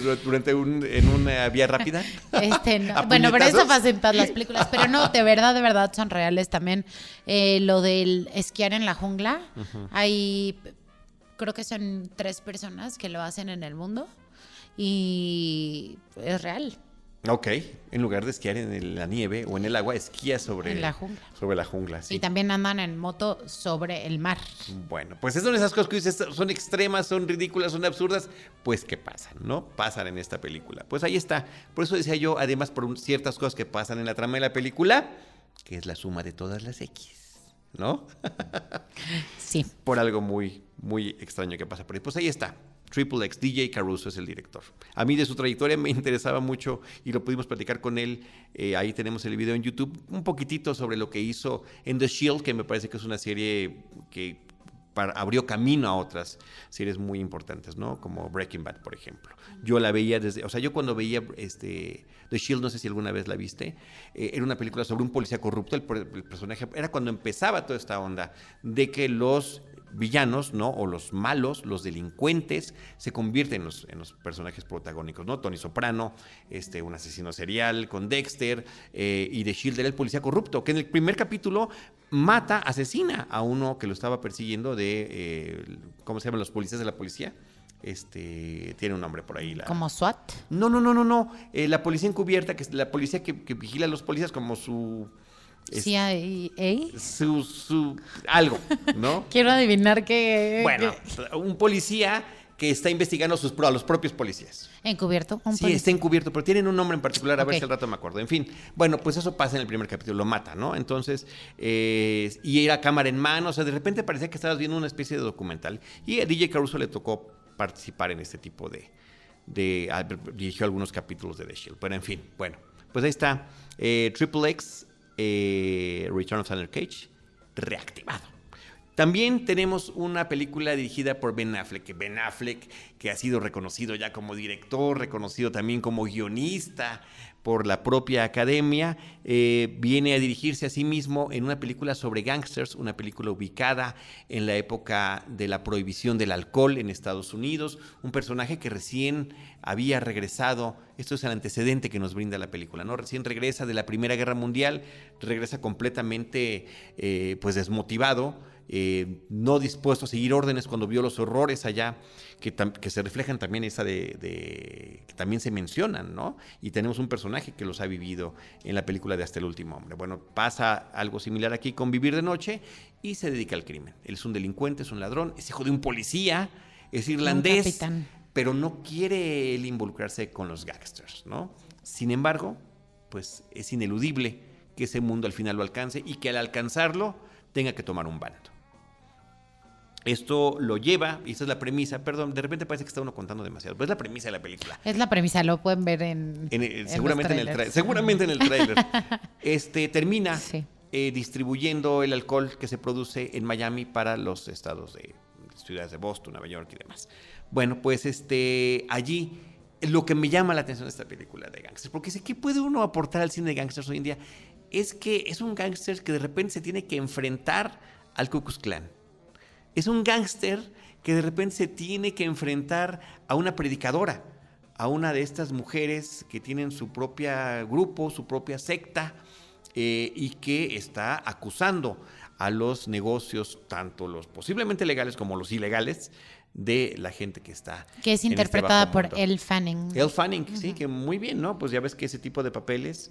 en una vía rápida. No. Bueno, pero eso pasa en todas las películas. Pero no, de verdad son reales también. Lo del esquiar en la jungla. Hay, creo que son 3 personas que lo hacen en el mundo. Y es real. Ok, en lugar de esquiar en la nieve o en el agua, esquía sobre la jungla. Sobre la jungla, sí. Y también andan en moto sobre el mar. Bueno, pues son esas cosas que dices, son extremas, son ridículas, son absurdas, pues que pasan, ¿no? Pasan en esta película. Pues ahí está. Por eso decía yo, además por ciertas cosas que pasan en la trama de la película, que es la suma de todas las X, ¿no? Sí. Por algo muy, muy extraño que pasa por ahí. Pues ahí está. Triple X, DJ Caruso es el director. A mí de su trayectoria me interesaba mucho y lo pudimos platicar con él. Ahí tenemos el video en YouTube, un poquitito sobre lo que hizo en The Shield, que me parece que es una serie que abrió camino a otras series muy importantes, ¿no? Como Breaking Bad, por ejemplo. Yo la veía yo cuando veía The Shield, no sé si alguna vez la viste, era una película sobre un policía corrupto, el personaje, era cuando empezaba toda esta onda de que los villanos, ¿no? O los malos, los delincuentes, se convierten en los personajes protagónicos, ¿no? Tony Soprano, un asesino serial con Dexter, y The Shield era el policía corrupto, que en el primer capítulo asesina a uno que lo estaba persiguiendo ¿cómo se llaman los policías de la policía? Tiene un nombre por ahí. ¿Como SWAT? No. La policía encubierta, que es la policía que vigila a los policías como su... CIA. Algo, ¿no? Quiero adivinar que... Bueno, un policía que está investigando a los propios policías. ¿Encubierto? Sí, está encubierto, pero tienen un nombre en particular, a ver si al rato me acuerdo. En fin, bueno, pues eso pasa en el primer capítulo, lo mata, ¿no? Entonces, y era cámara en mano, o sea, de repente parecía que estabas viendo una especie de documental. Y a DJ Caruso le tocó participar en este tipo dirigió algunos capítulos de The Shield. Pero en fin, bueno, pues ahí está. Triple X, Return of Thunder Cage, reactivado. También tenemos una película dirigida por Ben Affleck, que ha sido reconocido ya como director, reconocido también como guionista por la propia academia, viene a dirigirse a sí mismo en una película sobre gángsters, una película ubicada en la época de la prohibición del alcohol en Estados Unidos, un personaje que recién había regresado, esto es el antecedente que nos brinda la película, ¿no? Recién regresa de la Primera Guerra Mundial, regresa completamente pues desmotivado, no dispuesto a seguir órdenes cuando vio los horrores allá, que se reflejan también que también se mencionan, ¿no? Y tenemos un personaje que los ha vivido en la película de Hasta el Último Hombre. Bueno, pasa algo similar aquí con Vivir de Noche y se dedica al crimen. Él es un delincuente, es un ladrón, es hijo de un policía, es irlandés, pero no quiere él involucrarse con los gángsters, ¿no? Sin embargo, pues es ineludible que ese mundo al final lo alcance y que al alcanzarlo tenga que tomar un bando. Esto lo lleva, y esa es la premisa, perdón, de repente parece que está uno contando demasiado, pero es la premisa de la película. Es la premisa, lo pueden ver seguramente en el tráiler. Termina distribuyendo el alcohol que se produce en Miami para los estados de ciudades de Boston, Nueva York y demás. Bueno, pues allí lo que me llama la atención de esta película de gángsters, porque sé que puede uno aportar al cine de gángsters hoy en día, es que es un gángster que de repente se tiene que enfrentar al Ku Klux Klan. Es un gángster que de repente se tiene que enfrentar a una predicadora, a una de estas mujeres que tienen su propio grupo, su propia secta, y que está acusando a los negocios, tanto los posiblemente legales como los ilegales, de la gente que está... Que es interpretada por Elle Fanning. Elle Fanning, sí, que muy bien, ¿no? Pues ya ves que ese tipo de papeles...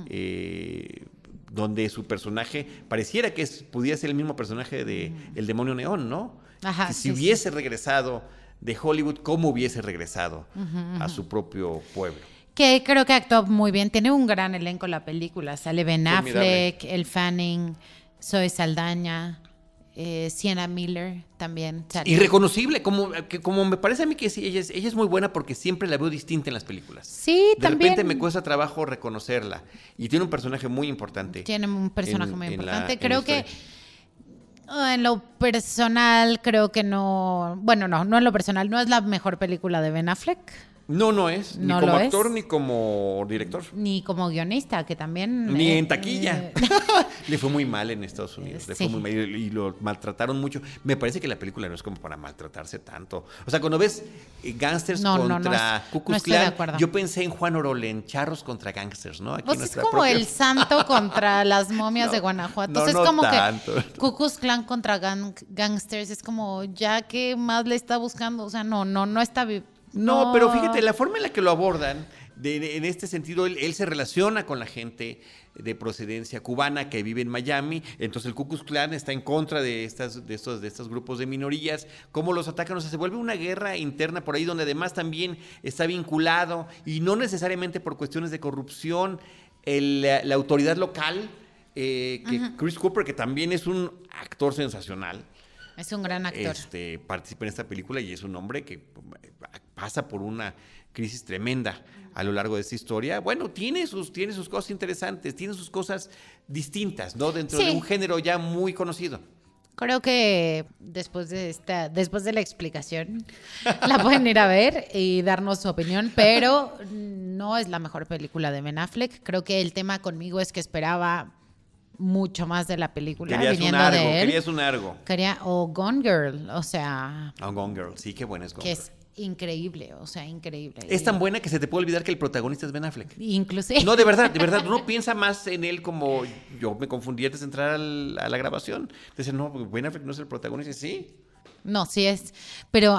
donde su personaje pareciera que pudiera ser el mismo personaje de El Demonio Neón, ¿no? Ajá, si hubiese regresado de Hollywood, ¿cómo hubiese regresado a su propio pueblo? Que creo que actuó muy bien. Tiene un gran elenco la película. Sale Ben Affleck, Elle Fanning, Zoe Saldaña, Sienna Miller también. Sale. Irreconocible, como me parece a mí que sí, ella es muy buena porque siempre la veo distinta en las películas. Sí, también. De repente me cuesta trabajo reconocerla. Y tiene un personaje muy importante. Tiene un personaje muy importante. Creo que en lo personal, creo que no... Bueno, no en lo personal. No es la mejor película de Ben Affleck. No es. Ni como actor, ni como director. Ni como guionista, que también... Ni en taquilla. Le fue muy mal en Estados Unidos. Le fue muy mal y lo maltrataron mucho. Me parece que la película no es como para maltratarse tanto. O sea, cuando ves Gángsters contra Ku Klux Klan, yo pensé en Juan Orol, en Charros contra Gángsters, ¿no? Aquí es como el santo contra las momias de Guanajuato. Entonces es como tanto. Que Ku Klux Klan contra Gángsters es como, ya que más le está buscando. O sea, no está... No, pero fíjate, la forma en la que lo abordan, en este sentido, él se relaciona con la gente de procedencia cubana que vive en Miami, entonces el Ku Klux Klan está en contra de estos grupos de minorías, cómo los atacan, o sea, se vuelve una guerra interna por ahí donde además también está vinculado, y no necesariamente por cuestiones de corrupción, la autoridad local, que Chris Cooper, que también es un actor sensacional, es un gran actor. Participa en esta película y es un hombre que pasa por una crisis tremenda a lo largo de esta historia. Bueno, tiene sus cosas interesantes, tiene sus cosas distintas, ¿no? Dentro de un género ya muy conocido. Creo que después de la explicación, la pueden ir a ver y darnos su opinión, pero no es la mejor película de Ben Affleck. Creo que el tema conmigo es que esperaba mucho más de la película viniendo de él. Querías un argo. O Gone Girl, o sea... Gone Girl, sí, qué buena es Gone que Girl. es increíble, o sea, increíble. Es tan buena que se te puede olvidar que el protagonista es Ben Affleck. Inclusive. No, de verdad, uno piensa más en él como yo me confundí antes de entrar a la grabación. Entonces, no, Ben Affleck no es el protagonista, sí. No, sí es, pero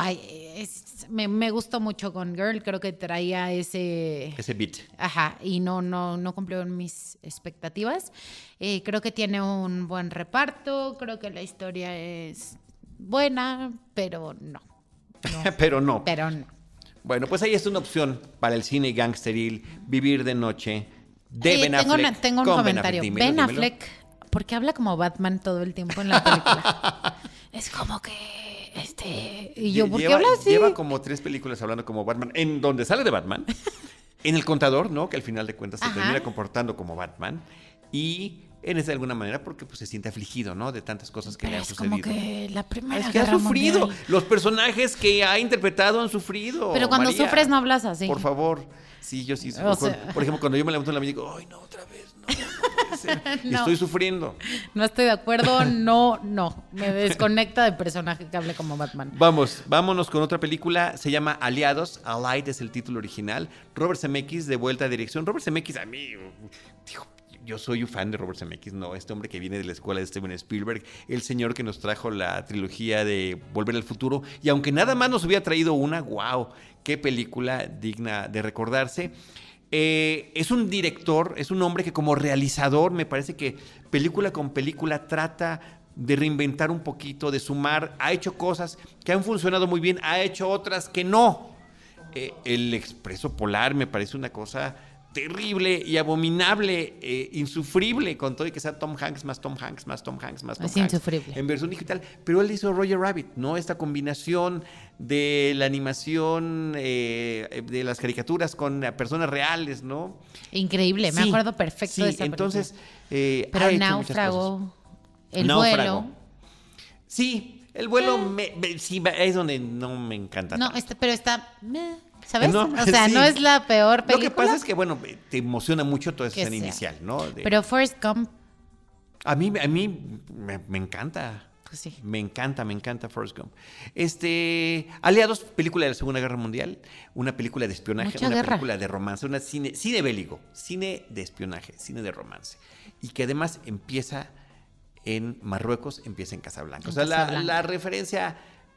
me gustó mucho con Girl, creo que traía ese beat. Ajá, y no cumplió mis expectativas. Creo que tiene un buen reparto, creo que la historia es buena, pero no. Pero no. Bueno, pues ahí es una opción para el cine gangsteril, Vivir de Noche, de Ben Affleck. Tengo un comentario. Ben Affleck, porque habla como Batman todo el tiempo en la película. Es como que, y yo, ¿por qué habla así? Lleva como 3 películas hablando como Batman, en donde sale de Batman, en El Contador, ¿no? Que al final de cuentas se termina comportando como Batman, y en esa de alguna manera porque pues, se siente afligido, ¿no? De tantas cosas que le han sucedido. Como que la Primera Es que Guerra ha sufrido. Mundial. Los personajes que ha interpretado han sufrido. Pero cuando María, sufres no hablas así. Por favor. Sí, yo sí. Por ejemplo, cuando yo me levanto en la mañana y digo, ay, no, otra vez, no puede ser. Y No. estoy sufriendo. No estoy de acuerdo, no. Me desconecta de personaje que hable como Batman. Vámonos con otra película. Se llama Aliados. Allied es el título original. Robert Zemeckis de vuelta a dirección. Robert Zemeckis, a mí, dijo, yo soy un fan de Robert Zemeckis, no, este hombre que viene de la escuela de Steven Spielberg, el señor que nos trajo la trilogía de Volver al Futuro, y aunque nada más nos hubiera traído una, wow, qué película digna de recordarse. Es un director, es un hombre que como realizador me parece que película con película trata de reinventar un poquito, de sumar, ha hecho cosas que han funcionado muy bien, ha hecho otras que no. El Expreso Polar me parece una cosa terrible y abominable, insufrible, con todo y que sea Tom Hanks más Tom Hanks más Tom Hanks más Tom Es Hanks insufrible. en versión digital, pero él hizo Roger Rabbit, ¿no? Esta combinación de la animación de las caricaturas con personas reales, ¿no? Increíble, me acuerdo perfecto de esa película. Entonces, pero Náufrago, Vuelo. Sí, El Vuelo sí, es donde no me encanta. No, pero está... ¿Sabes? No, o sea, sí. no es la peor película. Lo que pasa es que, bueno, te emociona mucho toda esa escena inicial, ¿no? Pero Forrest Gump... A mí me encanta. Pues sí. Me encanta Forrest Gump. Aliados, película de la Segunda Guerra Mundial, una película de espionaje, Mucha una guerra. película de romance, cine bélico, cine de espionaje, cine de romance. Y que además empieza en Marruecos, empieza en Casablanca. La referencia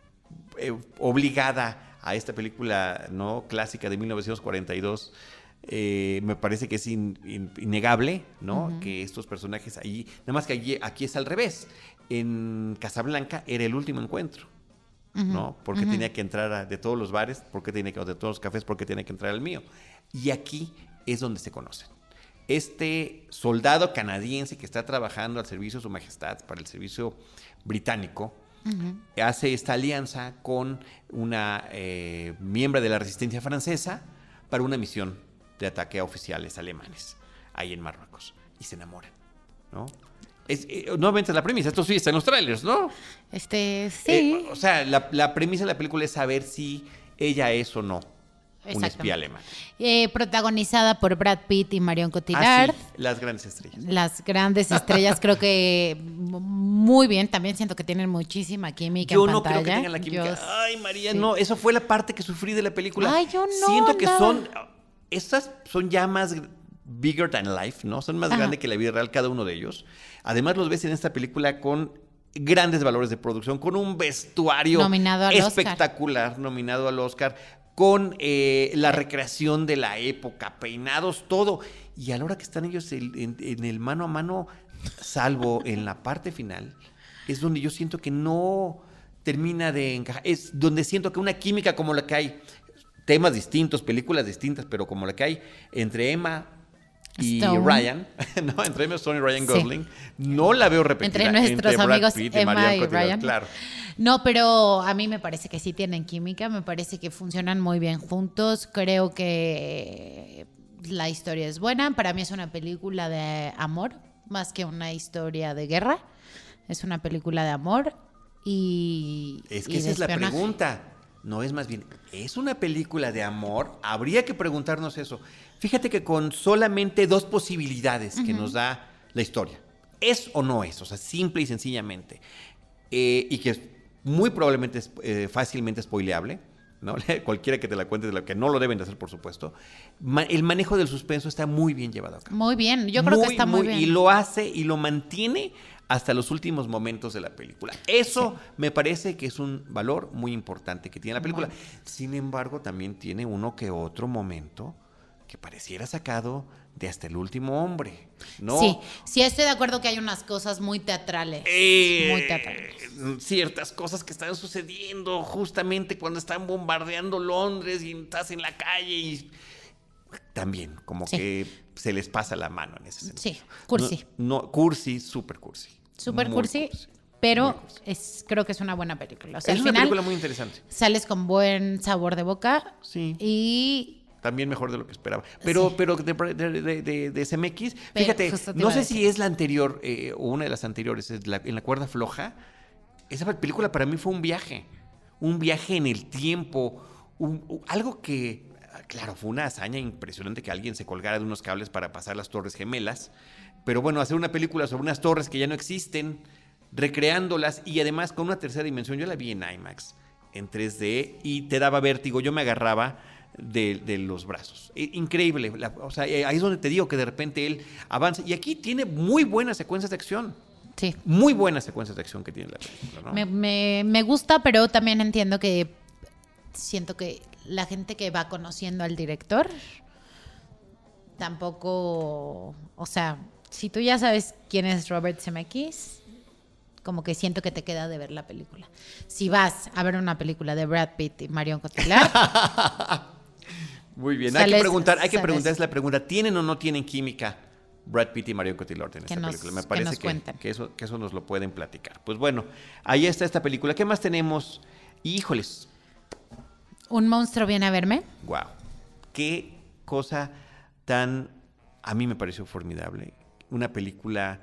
obligada a esta película no clásica de 1942 me parece que es innegable, ¿no? Que estos personajes allí, nada más que aquí es al revés. En Casablanca era el último encuentro, ¿no? Porque tenía que entrar de todos los bares, de todos los cafés, porque tenía que entrar al mío. Y aquí es donde se conocen. Este soldado canadiense que está trabajando al servicio de Su Majestad, para el servicio británico, hace esta alianza con una miembro de la resistencia francesa para una misión de ataque a oficiales alemanes ahí en Marruecos, y se enamoran, ¿no? Nuevamente la premisa, esto sí está en los trailers, ¿no? Sí. O sea, la premisa de la película es saber si ella es o no un espía alemán. Protagonizada por Brad Pitt y Marion Cotillard. Sí, las grandes estrellas. Las grandes estrellas, creo que muy bien. También siento que tienen muchísima química yo en no pantalla. creo que tengan la química. Ay, María, sí. No, eso fue la parte que sufrí de la película. Ay, yo no. Siento que estas son ya más bigger than life, ¿no? Son más grandes que la vida real cada uno de ellos. Además los ves en esta película con grandes valores de producción, con un vestuario espectacular, nominado al Oscar, con la recreación de la época, peinados, todo. Y a la hora que están ellos en el mano a mano, salvo en la parte final, es donde yo siento que no termina de encajar. Es donde siento que una química como la que hay, temas distintos, películas distintas, pero como la que hay entre Emma y Ryan, ¿no? Entre Emma Stone y Ryan Gosling, no la veo repetida. Entre nuestros amigos Pitt, Emma y Ryan. Claro. No, pero a mí me parece que sí tienen química, me parece que funcionan muy bien juntos. Creo que la historia es buena. Para mí es una película de amor, más que una historia de guerra. Es una película de amor Es que y esa de es la espionaje. pregunta. No es más bien, ¿es una película de amor? Habría que preguntarnos eso. Fíjate que con solamente 2 posibilidades que nos da la historia. ¿Es o no es? O sea, simple y sencillamente. Y que muy probablemente es fácilmente spoileable, ¿no? Cualquiera que te la cuente, que no lo deben de hacer, por supuesto. El manejo del suspenso está muy bien llevado a cabo. Muy bien, yo creo que está muy bien. Y lo hace y lo mantiene hasta los últimos momentos de la película. Eso me parece que es un valor muy importante que tiene la película. Sin embargo, también tiene uno que otro momento que pareciera sacado de Hasta el último hombre, ¿no? Sí, estoy de acuerdo que hay unas cosas muy teatrales. Muy teatrales. Ciertas cosas que están sucediendo justamente cuando están bombardeando Londres y estás en la calle y también como que se les pasa la mano en ese sentido. Sí, cursi. Cursi, súper cursi. Súper Muy cursi, pero muy cursi. creo que es una buena película. O sea, Es al una final película muy interesante. sales con buen sabor de boca. Sí. Y También mejor de lo que esperaba. Pero de CMX, Pero fíjate, justo te no iba a sé decir. si es la anterior o una de las anteriores, en la cuerda floja. Esa película para mí fue un viaje en el tiempo, algo que, claro, fue una hazaña impresionante que alguien se colgara de unos cables para pasar las Torres Gemelas. Pero bueno, hacer una película sobre unas torres que ya no existen, recreándolas y además con una tercera dimensión. Yo la vi en IMAX, en 3D, y te daba vértigo. Yo me agarraba de los brazos. Increíble. O sea, ahí es donde te digo que de repente él avanza. Y aquí tiene muy buenas secuencias de acción. sí, Muy buenas secuencias de acción que tiene la película, ¿no? me gusta, pero también siento que la gente que va conociendo al director tampoco, o sea, si tú ya sabes quién es Robert Zemeckis, como que siento que te queda de ver la película. Si vas a ver una película de Brad Pitt y Marion Cotillard, Muy bien. Sales- hay que sales- preguntarse la pregunta, ¿tienen o no tienen química Brad Pitt y Marion Cotillard en Que esta nos- película? Me que parece nos cuenten. que eso nos lo pueden platicar. Pues bueno, ahí está esta película. ¿Qué más tenemos? Híjoles, un monstruo viene a verme. wow. Qué cosa tan, a mí me pareció formidable. Una película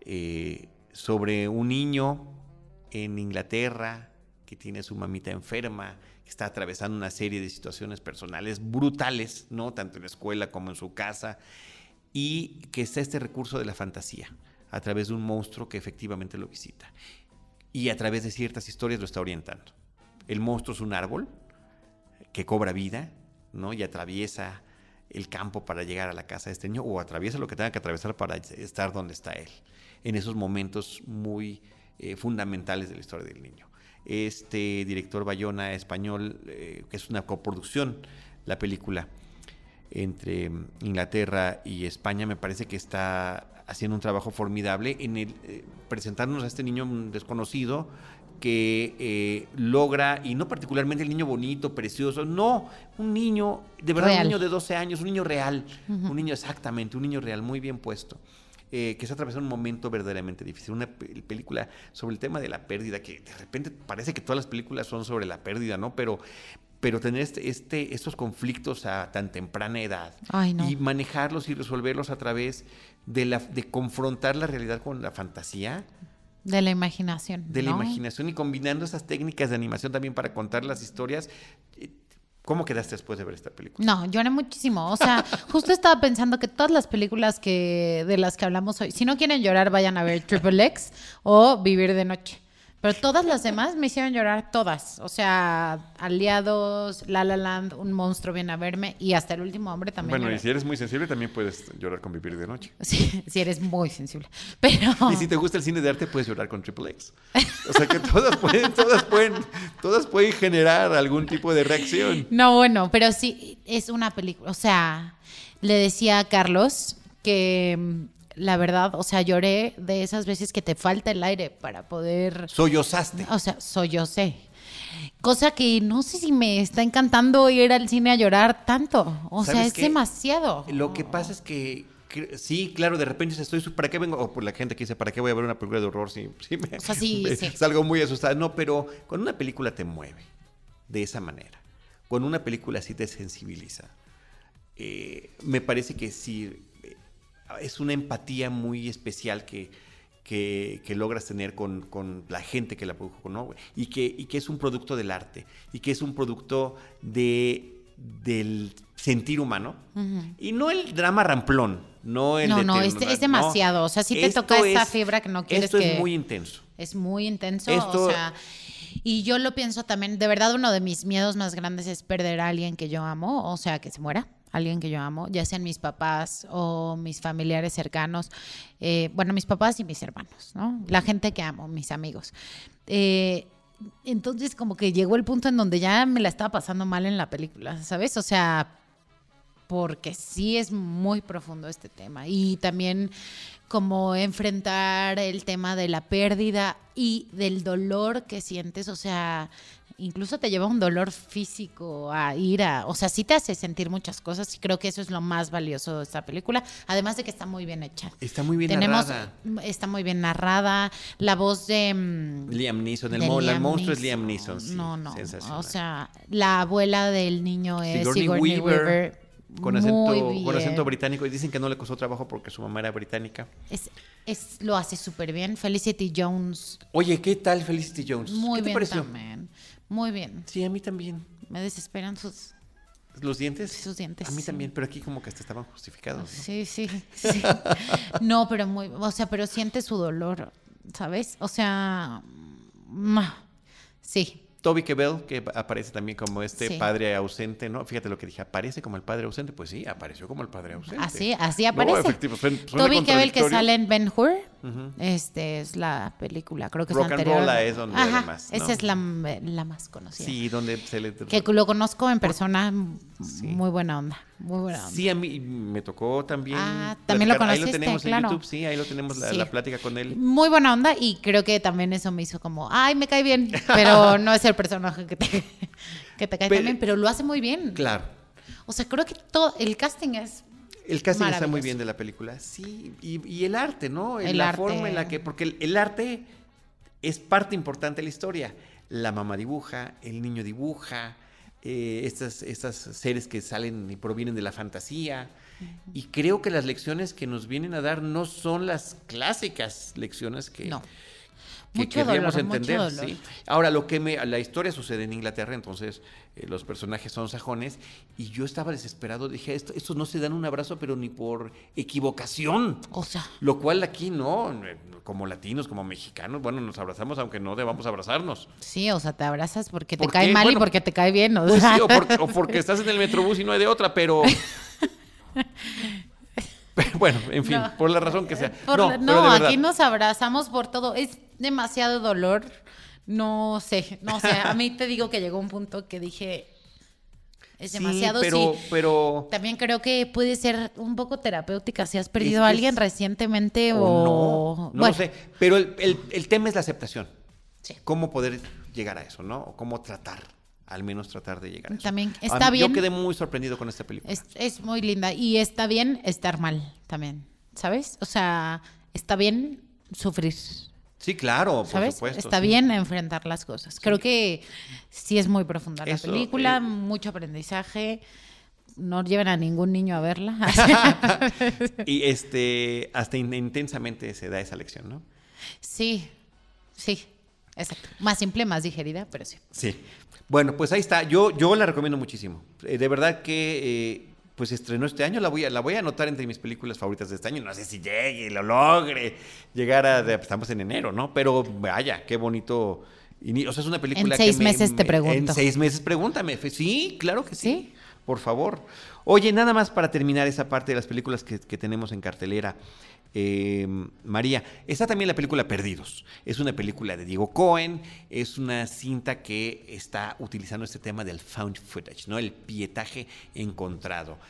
sobre un niño en Inglaterra que tiene a su mamita enferma, que está atravesando una serie de situaciones personales brutales, ¿no? Tanto en la escuela como en su casa, y que está este recurso de la fantasía a través de un monstruo que efectivamente lo visita y a través de ciertas historias lo está orientando. El monstruo es un árbol que cobra vida, ¿no? Y atraviesa el campo para llegar a la casa de este niño, o atraviesa lo que tenga que atravesar para estar donde está él, en esos momentos muy fundamentales de la historia del niño. Este director Bayona español, que es una coproducción, la película entre Inglaterra y España, me parece que está haciendo un trabajo formidable en presentarnos a este niño desconocido que logra, y no particularmente el niño bonito, precioso, no, un niño, de verdad, Real. un niño de 12 años, un niño real, un niño exactamente, un niño real, muy bien puesto, que está atravesando un momento verdaderamente difícil, una película sobre el tema de la pérdida, que de repente parece que todas las películas son sobre la pérdida, ¿no? Pero tener estos conflictos a tan temprana edad. Ay, no. Y manejarlos y resolverlos a través de confrontar la realidad con la fantasía, De la imaginación. de la ¿no? imaginación, y combinando esas técnicas de animación también para contar las historias. ¿Cómo quedaste después de ver esta película? No, lloré muchísimo. O sea, justo estaba pensando que todas las películas de las que hablamos hoy, si no quieren llorar, vayan a ver Triple X o Vivir de Noche. Pero todas las demás me hicieron llorar, todas. O sea, Aliados, La La Land, Un monstruo viene a verme y Hasta el último hombre también. Bueno, lloré. y si eres muy sensible también puedes llorar con Vivir de Noche. Sí, si eres muy sensible. Pero Y si te gusta el cine de arte, puedes llorar con Triple X. O sea que todas pueden generar algún tipo de reacción. no, bueno, pero sí es una película. O sea, le decía a Carlos que la verdad, o sea, lloré de esas veces que te falta el aire para poder, Sollozaste. o sea, sollocé. Cosa que no sé si me está encantando ir al cine a llorar tanto. O sea, ¿Sabes es qué? demasiado. Lo que pasa es que sí, claro, de repente ¿para qué vengo? O por la gente que dice, ¿para qué voy a ver una película de horror si O sea, sí. salgo muy asustada? No, pero cuando una película te mueve de esa manera, cuando una película sí te sensibiliza, me parece que sí es una empatía muy especial que que logras tener con la gente que la produjo, ¿no? Y que es un producto del arte, y que es un producto del sentir humano, y no el drama ramplón, no el es demasiado, ¿no? O sea, sí te toca esa fibra que no quieres. Esto es muy intenso. Es muy intenso, o sea, y yo lo pienso también, de verdad uno de mis miedos más grandes es perder a alguien que yo amo, o sea, que se muera, alguien que yo amo, ya sean mis papás o mis familiares cercanos, bueno, mis papás y mis hermanos, ¿no? La gente que amo, mis amigos. Entonces como que llegó el punto en donde ya me la estaba pasando mal en la película, ¿sabes? O sea, porque sí es muy profundo este tema y también como enfrentar el tema de la pérdida y del dolor que sientes, o sea, incluso te lleva un dolor físico, a ira, o sea, sí te hace sentir muchas cosas y creo que eso es lo más valioso de esta película, además de que está muy bien hecha. Está muy bien narrada. Está muy bien narrada, la voz de Liam Neeson, el monstruo es Liam Neeson. Sí, no, o sea, la abuela del niño es Sigourney Weaver. Con acento británico, y dicen que no le costó trabajo porque su mamá era británica. Lo hace súper bien. Felicity Jones. Oye, ¿qué tal Felicity Jones? Muy ¿Qué bien te pareció? También. Muy bien. Sí, a mí también. Me desesperan ¿Los dientes? Sus dientes. A mí también, pero aquí como que hasta estaban justificados, ¿no? Sí. No, pero pero siente su dolor, ¿sabes? O sea, sí. Toby Kebbell, que aparece también como padre ausente, ¿no? Fíjate lo que dije, ¿aparece como el padre ausente? Pues sí, apareció como el padre ausente. Así aparece. No, efectivo, Toby Kebbell, que sale en Ben-Hur, es la película, creo que Rock es anterior. Rock and Roll es donde además, ¿no? Esa es la más conocida. Sí, donde se le... Que lo conozco en persona, muy buena onda. Muy buena onda. Sí, a mí me tocó también. También lo conociste, ahí lo tenemos claro. En YouTube, sí, ahí lo tenemos la plática con él. Muy buena onda y creo que también eso me hizo como, me cae bien, pero no es el personaje que te cae tan bien, pero lo hace muy bien. Claro. O sea, creo que todo el casting es El casting está muy bien de la película, sí, y el arte, ¿no? La forma en la que, porque el arte es parte importante de la historia. La mamá dibuja, el niño dibuja, estas seres que salen y provienen de la fantasía. Y creo que las lecciones que nos vienen a dar no son las clásicas lecciones que querríamos entender. ¿Sí? Ahora, la historia sucede en Inglaterra, entonces los personajes son sajones, y yo estaba desesperado, dije, estos no se dan un abrazo, pero ni por equivocación. O sea. Lo cual aquí no, como latinos, como mexicanos, bueno, nos abrazamos aunque no debamos abrazarnos. Sí, o sea, te abrazas porque te cae mal y porque te cae bien. Pues sí, o porque estás en el metrobús y no hay de otra, pero... Bueno, en fin, por la razón que sea. Aquí nos abrazamos por todo. Es demasiado dolor. No sé, a mí te digo que llegó un punto que dije, es demasiado, pero también creo que puede ser un poco terapéutica si has perdido a alguien recientemente o no lo sé, pero el tema es la aceptación. Sí. Cómo poder llegar a eso, ¿no? O cómo al menos tratar de llegar a eso. También está bien. Yo quedé muy sorprendido con esta película. Es muy linda y está bien estar mal también, ¿sabes? O sea, está bien sufrir. Sí, claro, ¿sabes? por supuesto. Está bien enfrentar las cosas. Sí. Creo que sí es muy profunda la película, mucho aprendizaje. No lleven a ningún niño a verla. Y hasta intensamente se da esa lección, ¿no? Sí, exacto. Más simple, más digerida, pero sí. Sí. Bueno, pues ahí está. Yo la recomiendo muchísimo. De verdad que pues estrenó este año. La voy a anotar entre mis películas favoritas de este año. No sé si llegue y lo logre llegar estamos en enero, ¿no? Pero vaya, qué bonito. O sea, es una película en 6 meses te pregunto. En 6 meses pregúntame. Sí, claro que sí. Por favor. Oye, nada más para terminar esa parte de las películas que tenemos en cartelera. María, está también la película Perdidos. Es una película de Diego Cohen, es una cinta que está utilizando este tema del found footage, ¿no? El pietaje encontrado.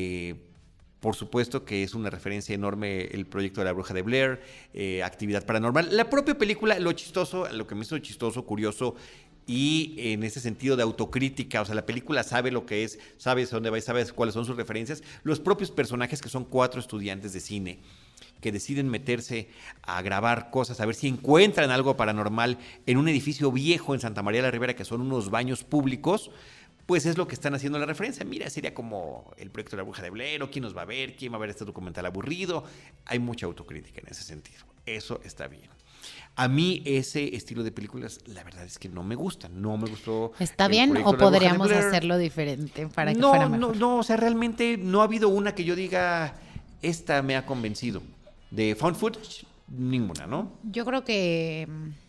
Por supuesto que es una referencia enorme el proyecto de la Bruja de Blair, Actividad Paranormal. La propia película, lo que me hizo chistoso, curioso, y en ese sentido de autocrítica, o sea, la película sabe lo que es, sabe dónde va y sabe cuáles son sus referencias. Los propios personajes, que son 4 estudiantes de cine, que deciden meterse a grabar cosas, a ver si encuentran algo paranormal en un edificio viejo en Santa María de la Ribera, que son unos baños públicos, pues es lo que están haciendo la referencia. Mira, sería como el proyecto de la Bruja de Blair, ¿quién nos va a ver? ¿Quién va a ver este documental aburrido? Hay mucha autocrítica en ese sentido. Eso está bien. A mí ese estilo de películas, la verdad es que no me gustan. No me gustó. ¿Está bien o podríamos hacerlo diferente para que fuera mejor? No, o sea, realmente no ha habido una que yo diga, esta me ha convencido. De found footage, ninguna, ¿no? Yo creo que...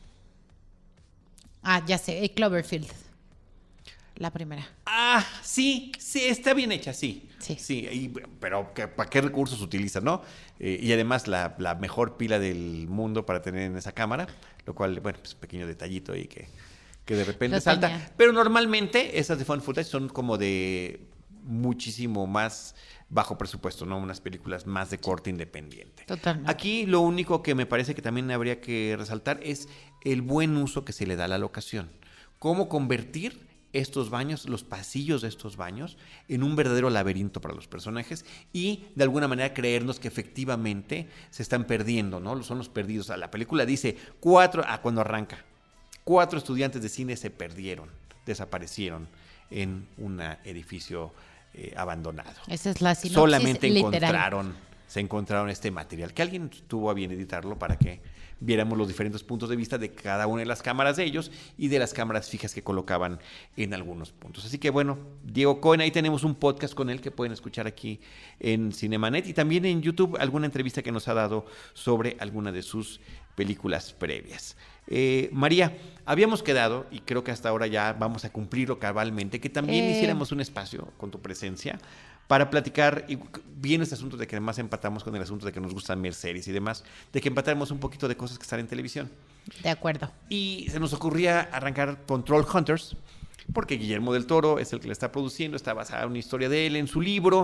ya sé, Cloverfield. La primera. Sí, está bien hecha, sí. Pero ¿para qué recursos utilizan, no? Y además la mejor pila del mundo para tener en esa cámara, lo cual, bueno, pues pequeño detallito ahí que de repente salta. Pero normalmente esas de found footage son como de muchísimo más bajo presupuesto, ¿no? Unas películas más de corte independiente. Totalmente. Aquí lo único que me parece que también habría que resaltar es el buen uso que se le da a la locación. Cómo convertir estos baños, los pasillos de estos baños, en un verdadero laberinto para los personajes y de alguna manera creernos que efectivamente se están perdiendo, ¿no? Son los perdidos. La película dice cuando arranca, 4 estudiantes de cine se perdieron, desaparecieron en un edificio abandonado. Esa es la sinopsis Solamente literal. se encontraron este material, que alguien tuvo a bien editarlo para que viéramos los diferentes puntos de vista de cada una de las cámaras de ellos y de las cámaras fijas que colocaban en algunos puntos. Así que bueno, Diego Cohen, ahí tenemos un podcast con él que pueden escuchar aquí en Cinemanet y también en YouTube alguna entrevista que nos ha dado sobre alguna de sus películas previas. María, habíamos quedado, y creo que hasta ahora ya vamos a cumplirlo cabalmente, que también hiciéramos un espacio con tu presencia para platicar, y bien este asunto de que además empatamos con el asunto de que nos gustan ver series y demás, de que empatáramos un poquito de cosas que están en televisión. De acuerdo. Y se nos ocurría arrancar con Trollhunters, porque Guillermo del Toro es el que la está produciendo, está basada en una historia de él, en su libro,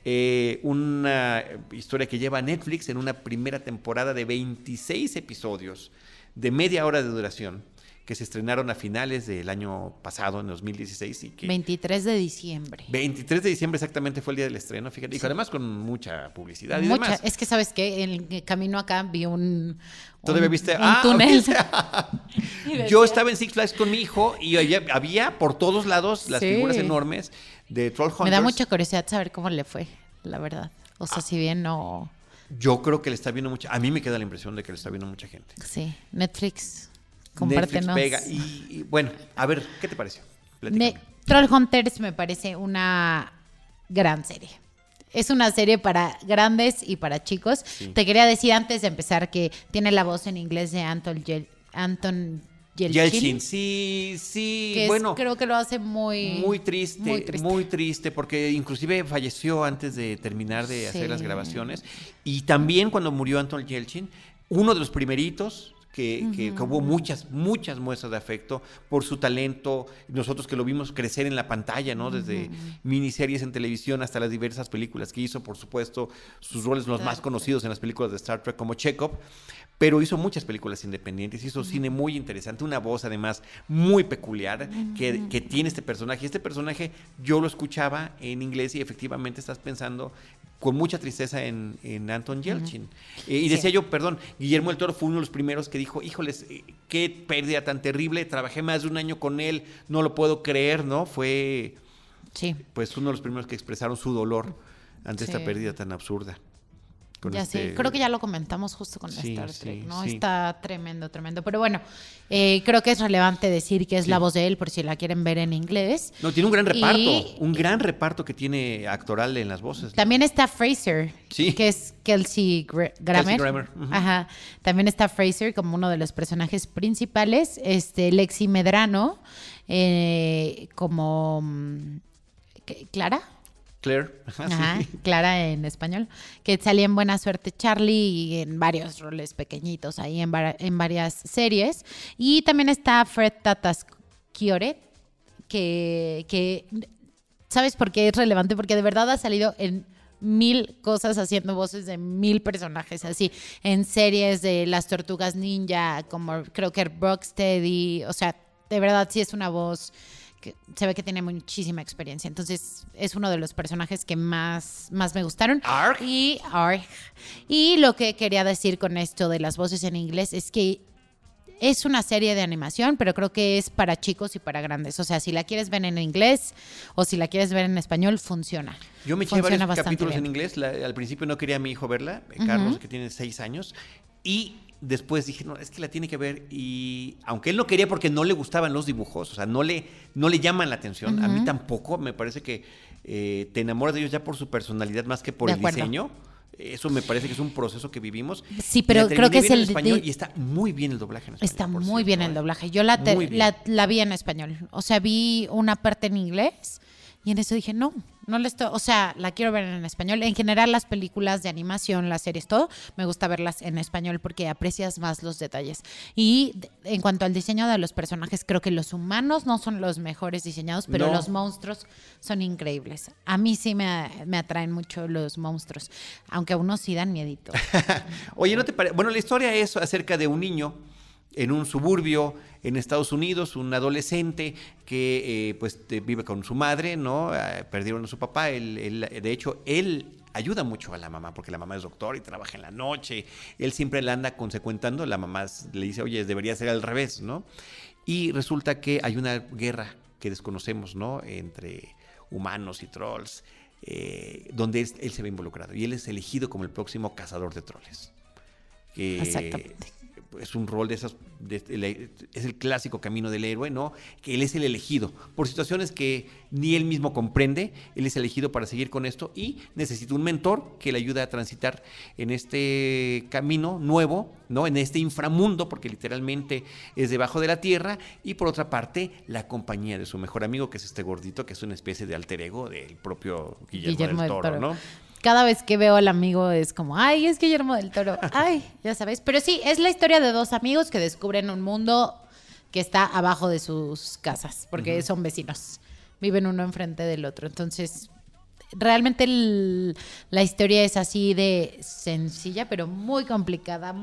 una historia que lleva a Netflix en una primera temporada de 26 episodios de media hora de duración, que se estrenaron a finales del año pasado, en 2016. Y que 23 de diciembre. 23 de diciembre exactamente fue el día del estreno, fíjate. Sí. Y además con mucha publicidad y demás. Es que, ¿sabes qué? En el camino acá vi ¿Todavía viste? Un túnel. Okay. Yo estaba en Six Flags con mi hijo y había por todos lados las figuras enormes de Trollhunters. Me da mucha curiosidad saber cómo le fue, la verdad. O sea, si bien no... Yo creo que le está viendo mucha... A mí me queda la impresión de que le está viendo mucha gente. Sí, Netflix... Compártenos. Netflix pega. Y bueno, a ver, ¿qué te pareció? Trollhunters me parece una gran serie. Es una serie para grandes y para chicos. Sí. Te quería decir antes de empezar que tiene la voz en inglés de Anton Yelchin. Sí. Que bueno, creo que lo hace muy triste, porque inclusive falleció antes de terminar de hacer las grabaciones. Y también cuando murió Anton Yelchin, uno de los primeritos que hubo muchas muestras de afecto por su talento, nosotros que lo vimos crecer en la pantalla, ¿no? Desde miniseries en televisión hasta las diversas películas que hizo, por supuesto, sus roles los más conocidos en las películas de Star Trek como Chekhov, pero hizo muchas películas independientes, hizo cine muy interesante, una voz además muy peculiar que tiene este personaje. Este personaje yo lo escuchaba en inglés y efectivamente estás pensando con mucha tristeza en Anton Yelchin. Y decía yo, Guillermo del Toro fue uno de los primeros que dijo, híjoles, qué pérdida tan terrible, trabajé más de un año con él, no lo puedo creer, ¿no? Fue pues uno de los primeros que expresaron su dolor ante esta pérdida tan absurda. Creo que ya lo comentamos justo con Star Trek, ¿no? Está tremendo. Pero bueno, creo que es relevante decir que es la voz de él, por si la quieren ver en inglés. No, tiene un gran reparto que tiene actoral en las voces. También está Fraser, que es Kelsey Grammer. Ajá. También está Fraser como uno de los personajes principales. Lexi Medrano como Clara. Claire. Clara en español, que salía en Buena Suerte Charlie y en varios roles pequeñitos ahí en varias series. Y también está Fred Tatasciore, que ¿sabes por qué es relevante? Porque de verdad ha salido en 1000 cosas haciendo voces de 1000 personajes, así, en series de las Tortugas Ninja, como creo que Rocksteady, o sea, de verdad sí es una voz que se ve que tiene muchísima experiencia. Entonces es uno de los personajes que más me gustaron. Y lo que quería decir con esto de las voces en inglés es que es una serie de animación, pero creo que es para chicos y para grandes. O sea, si la quieres ver en inglés o si la quieres ver en español, funciona. Yo me eché varios capítulos en inglés. Al principio no quería a mi hijo verla, Carlos, que tiene 6 años, y después dije, no, es que la tiene que ver. Y aunque él no quería porque no le gustaban los dibujos, o sea, no le llaman la atención, a mí tampoco, me parece que te enamoras de ellos ya por su personalidad más que por el diseño. Eso me parece que es un proceso que vivimos. Sí, pero creo que es el español y está muy bien el doblaje en español. Está muy bien el doblaje. Yo la vi en español. O sea, vi una parte en inglés y en eso dije, no le estoy, o sea, la quiero ver en español. En general, las películas de animación, las series, todo, me gusta verlas en español porque aprecias más los detalles. Y en cuanto al diseño de los personajes, creo que los humanos no son los mejores diseñados, pero los monstruos son increíbles. A mí sí me atraen mucho los monstruos, aunque a unos sí dan miedito. Oye, ¿no te parece? Bueno, la historia es acerca de un niño en un suburbio en Estados Unidos, un adolescente que vive con su madre, ¿no? Perdieron a su papá. De hecho, él ayuda mucho a la mamá porque la mamá es doctor y trabaja en la noche. Él siempre la anda consecuentando. La mamá le dice, oye, debería ser al revés, ¿no? Y resulta que hay una guerra que desconocemos, ¿no? Entre humanos y trolls, donde él se ve involucrado. Y él es elegido como el próximo cazador de troles. Exactamente. Es un rol es el clásico camino del héroe, ¿no? Que él es el elegido. Por situaciones que ni él mismo comprende, él es elegido para seguir con esto y necesita un mentor que le ayude a transitar en este camino nuevo, ¿no? En este inframundo, porque literalmente es debajo de la tierra. Y por otra parte, la compañía de su mejor amigo, que es este gordito, que es una especie de alter ego del propio Guillermo del Toro, ¿no? Cada vez que veo al amigo es como, ay, es Guillermo del Toro, ay, ya sabes. Pero sí, es la historia de dos amigos que descubren un mundo que está abajo de sus casas, porque son vecinos, viven uno enfrente del otro. Entonces, realmente la historia es así de sencilla, pero muy complicada,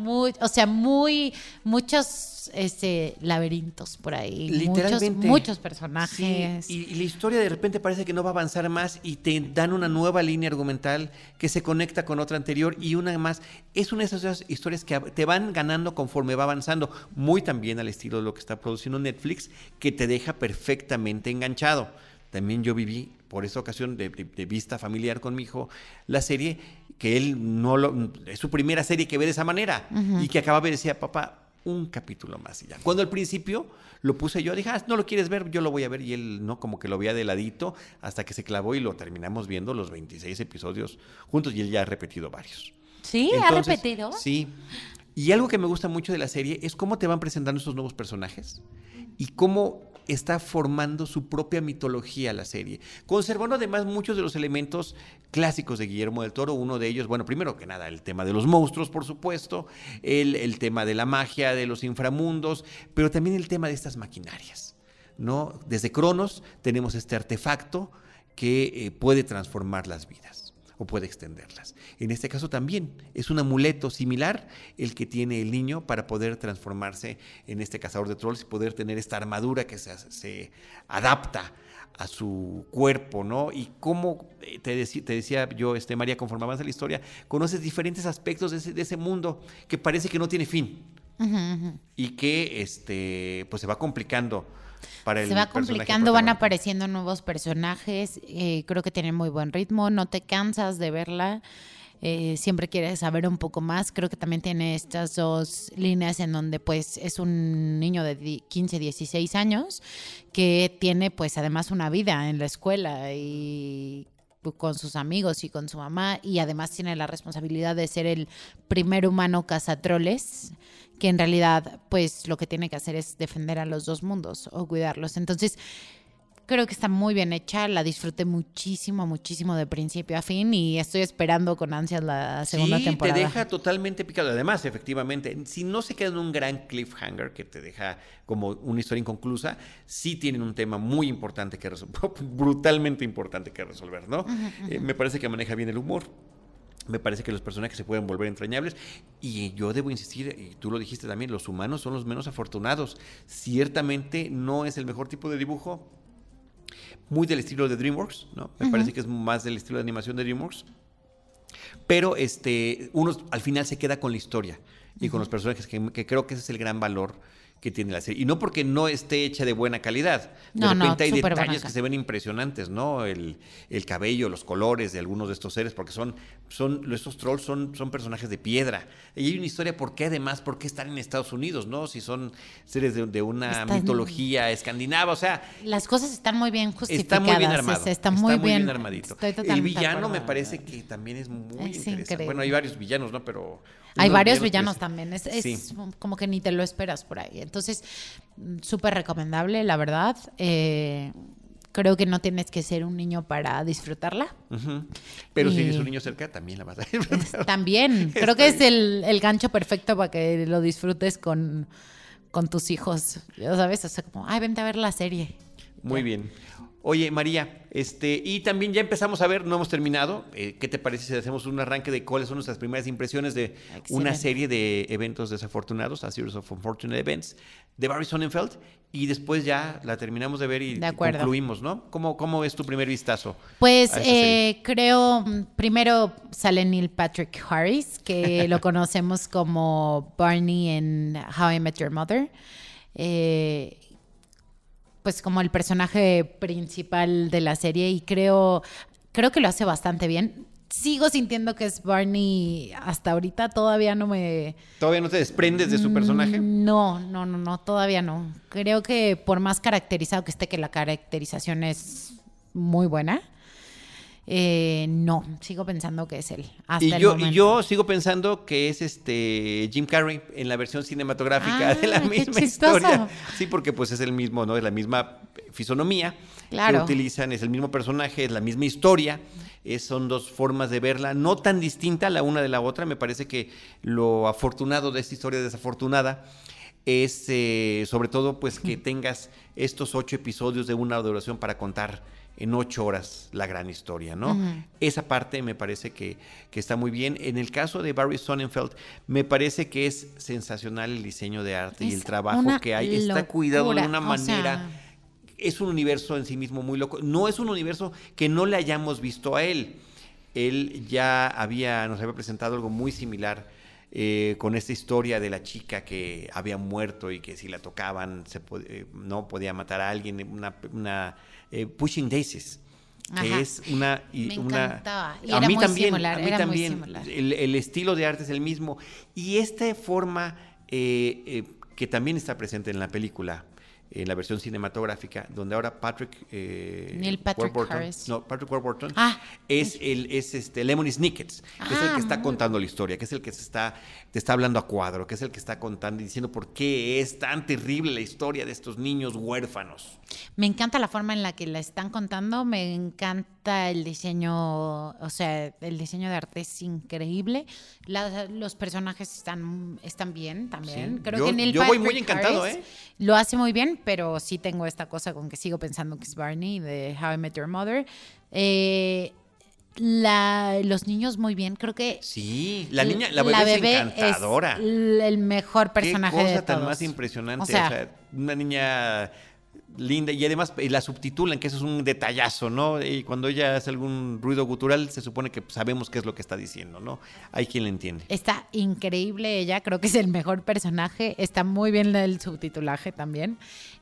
muchos laberintos por ahí, muchos personajes. Sí, y la historia de repente parece que no va a avanzar más y te dan una nueva línea argumental que se conecta con otra anterior y una más. Es una de esas historias que te van ganando conforme va avanzando, muy también al estilo de lo que está produciendo Netflix, que te deja perfectamente enganchado. También yo viví, por esa ocasión de vista familiar con mi hijo, la serie que él es su primera serie que ve de esa manera y que acababa y decía, papá, un capítulo más y ya. Cuando al principio lo puse yo, dije, no lo quieres ver, yo lo voy a ver, y él no, como que lo veía de ladito hasta que se clavó y lo terminamos viendo los 26 episodios juntos y él ya ha repetido varios. ¿Sí? ¿Ha repetido? Sí. Y algo que me gusta mucho de la serie es cómo te van presentando estos nuevos personajes y cómo está formando su propia mitología la serie, conservando además muchos de los elementos clásicos de Guillermo del Toro. Uno de ellos, bueno, primero que nada, el tema de los monstruos, por supuesto, el tema de la magia, de los inframundos, pero también el tema de estas maquinarias, ¿no? Desde Cronos tenemos este artefacto que puede transformar las vidas o puede extenderlas. En este caso también es un amuleto similar el que tiene el niño para poder transformarse en este cazador de trolls y poder tener esta armadura que se adapta a su cuerpo, ¿no? Y cómo, te decía yo, María, conforme avanza la historia, conoces diferentes aspectos de ese mundo que parece que no tiene fin. Y que pues se va complicando. Se va complicando, van apareciendo nuevos personajes, creo que tienen muy buen ritmo, no te cansas de verla, siempre quieres saber un poco más. Creo que también tiene estas dos líneas en donde pues es un niño de 15, 16 años que tiene pues además una vida en la escuela y con sus amigos y con su mamá, y además tiene la responsabilidad de ser el primer humano cazatroles, que en realidad pues lo que tiene que hacer es defender a los dos mundos o cuidarlos. Entonces creo que está muy bien hecha, la disfruté muchísimo de principio a fin y estoy esperando con ansias la segunda temporada. Sí, te deja totalmente picado. Además, efectivamente, si no se queda en un gran cliffhanger que te deja como una historia inconclusa, sí tienen un tema muy importante que resolver, brutalmente importante que resolver, ¿no? Me parece que maneja bien el humor. Me parece que los personajes se pueden volver entrañables y yo debo insistir, y tú lo dijiste también, los humanos son los menos afortunados. Ciertamente no es el mejor tipo de dibujo, muy del estilo de DreamWorks, ¿no? Me parece que es más del estilo de animación de DreamWorks, pero uno al final se queda con la historia y con los personajes, que creo que ese es el gran valor que tiene la serie. Y no porque no esté hecha de buena calidad. De No, repente hay súper detalles buena. que se ven impresionantes, ¿no? El cabello, los colores de algunos de estos seres, porque estos trolls son personajes de piedra. Y hay una historia por qué están en Estados Unidos, ¿no? Si son seres de una mitología escandinava, o sea... Las cosas están muy bien justificadas. Está muy bien armado. Está muy bien armadito. Estoy totalmente El villano de acuerdo. me parece que también es muy interesante. Increíble. Bueno, hay varios villanos, ¿no? Pero... Hay unos varios villanos pues, también. Es sí. como que ni te lo esperas por ahí. Entonces, súper recomendable, la verdad. Creo que no tienes que ser un niño para disfrutarla. Uh-huh. Pero si tienes un niño cerca, también la vas a disfrutar. También. Creo que es el gancho perfecto para que lo disfrutes con tus hijos. Ya sabes, o sea, como, ay, vente a ver la serie. Muy bien. Oye, María, y también ya empezamos a ver, no hemos terminado. ¿Qué te parece si hacemos un arranque de cuáles son nuestras primeras impresiones de una serie de eventos desafortunados, A Series of Unfortunate Events, de Barry Sonnenfeld? Y después ya la terminamos de ver y concluimos, ¿no? ¿Cómo es tu primer vistazo? Pues creo, primero sale Neil Patrick Harris, que lo conocemos como Barney en How I Met Your Mother. Pues como el personaje principal de la serie, y creo que lo hace bastante bien. Sigo sintiendo que es Barney hasta ahorita, ¿Todavía no te desprendes de su personaje? No, todavía no. Creo que por más caracterizado que esté, que la caracterización es muy buena, no, sigo pensando que es él. Y yo sigo pensando que es Jim Carrey en la versión cinematográfica de la misma historia. Sí, porque pues es el mismo, ¿no? Es la misma fisonomía que utilizan, es el mismo personaje, es la misma historia. Son dos formas de verla, no tan distinta la una de la otra. Me parece que lo afortunado de esta historia desafortunada es sobre todo pues que tengas estos 8 episodios de 1 hora de duración para contar en 8 horas la gran historia, ¿no? Uh-huh. Esa parte me parece que está muy bien. En el caso de Barry Sonnenfeld, me parece que es sensacional el diseño de arte y el trabajo que hay. Está cuidado de una manera... Es un universo en sí mismo muy loco. No es un universo que no le hayamos visto a él. Él ya nos había presentado algo muy similar con esta historia de la chica que había muerto y que si la tocaban no podía matar a alguien. Una Pushing Daisies. Que es me encantaba. Y a era mí muy también, similar, a mí también. El estilo de arte es el mismo. Y esta forma que también está presente en la película, en la versión cinematográfica, donde ahora Neil Patrick Harris. No, Patrick Warburton es Lemony Snicket, que es el que está contando la historia, que es el que te está hablando a cuadro, que es el que está contando y diciendo por qué es tan terrible la historia de estos niños huérfanos. Me encanta la forma en la que la están contando, me encanta el diseño, o sea, el diseño de arte es increíble. Los personajes están bien también. Sí. Creo que Neil yo Patrick voy muy encantado, Harris lo hace muy bien, pero sí tengo esta cosa con que sigo pensando que es Barney de How I Met Your Mother. Los niños muy bien, creo que sí, la bebé es encantadora. Es el mejor personaje de todos. Qué cosa tan más impresionante, o sea, una niña linda, y además la subtitulan, que eso es un detallazo, ¿no? Y cuando ella hace algún ruido gutural, se supone que sabemos qué es lo que está diciendo, ¿no? Hay quien le entiende. Está increíble ella, creo que es el mejor personaje, está muy bien el subtitulaje también.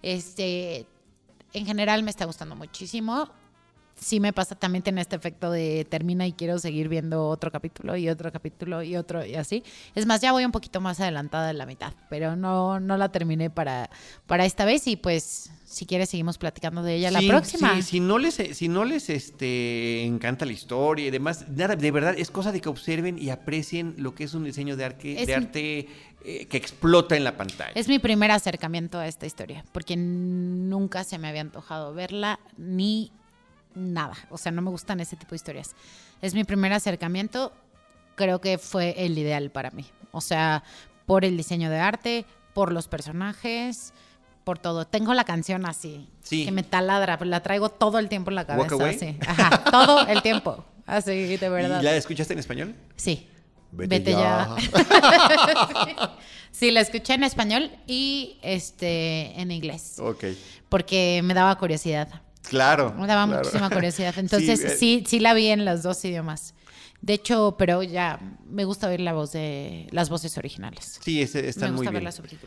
En general me está gustando muchísimo. Sí me pasa, también tiene este efecto de termina y quiero seguir viendo otro capítulo y otro capítulo y otro y así. Es más, ya voy un poquito más adelantada de la mitad, pero no la terminé para esta vez y pues si quieres seguimos platicando de ella la próxima. Sí, si no les encanta la historia y demás, nada, de verdad es cosa de que observen y aprecien lo que es un diseño de arte que explota en la pantalla. Es mi primer acercamiento a esta historia, porque nunca se me había antojado verla ni nada, o sea, no me gustan ese tipo de historias. Es mi primer acercamiento, creo que fue el ideal para mí. O sea, por el diseño de arte, por los personajes, por todo. Tengo la canción así, que me taladra, la traigo todo el tiempo en la cabeza. Walk Away. Así. Ajá, todo el tiempo, así, de verdad. ¿Y la escuchaste en español? Sí. Vete ya. Sí, la escuché en español y en inglés. Ok. Porque me daba curiosidad. Claro. Me daba muchísima curiosidad. Entonces, sí la vi en los dos idiomas. De hecho, pero ya me gusta ver las voces originales. Sí, están muy bien. Me gusta ver la subtitulada.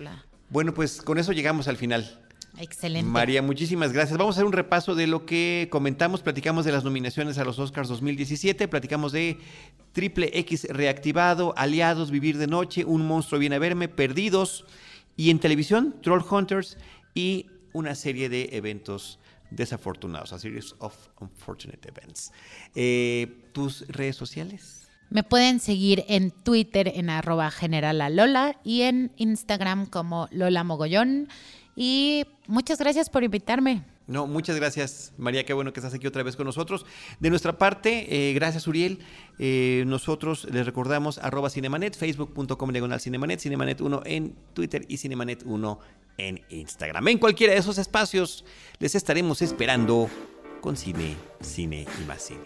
Bueno, pues con eso llegamos al final. Excelente. María, muchísimas gracias. Vamos a hacer un repaso de lo que comentamos. Platicamos de las nominaciones a los Oscars 2017. Platicamos de Triple X reactivado, Aliados, Vivir de Noche, Un monstruo viene a verme, Perdidos. Y en televisión, Trollhunters y una serie de eventos desafortunados. A series of unfortunate events. ¿Tus redes sociales? Me pueden seguir en Twitter en @generalalola y en Instagram como Lola Mogollón. Y muchas gracias por invitarme. No, muchas gracias, María. Qué bueno que estás aquí otra vez con nosotros. De nuestra parte, gracias, Uriel. Nosotros les recordamos @Cinemanet, facebook.com/Cinemanet, Cinemanet1 en Twitter y Cinemanet1 en Instagram. En cualquiera de esos espacios les estaremos esperando con cine, cine y más cine.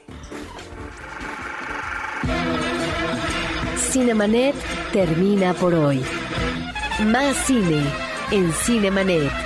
Cinemanet termina por hoy. Más cine en Cinemanet.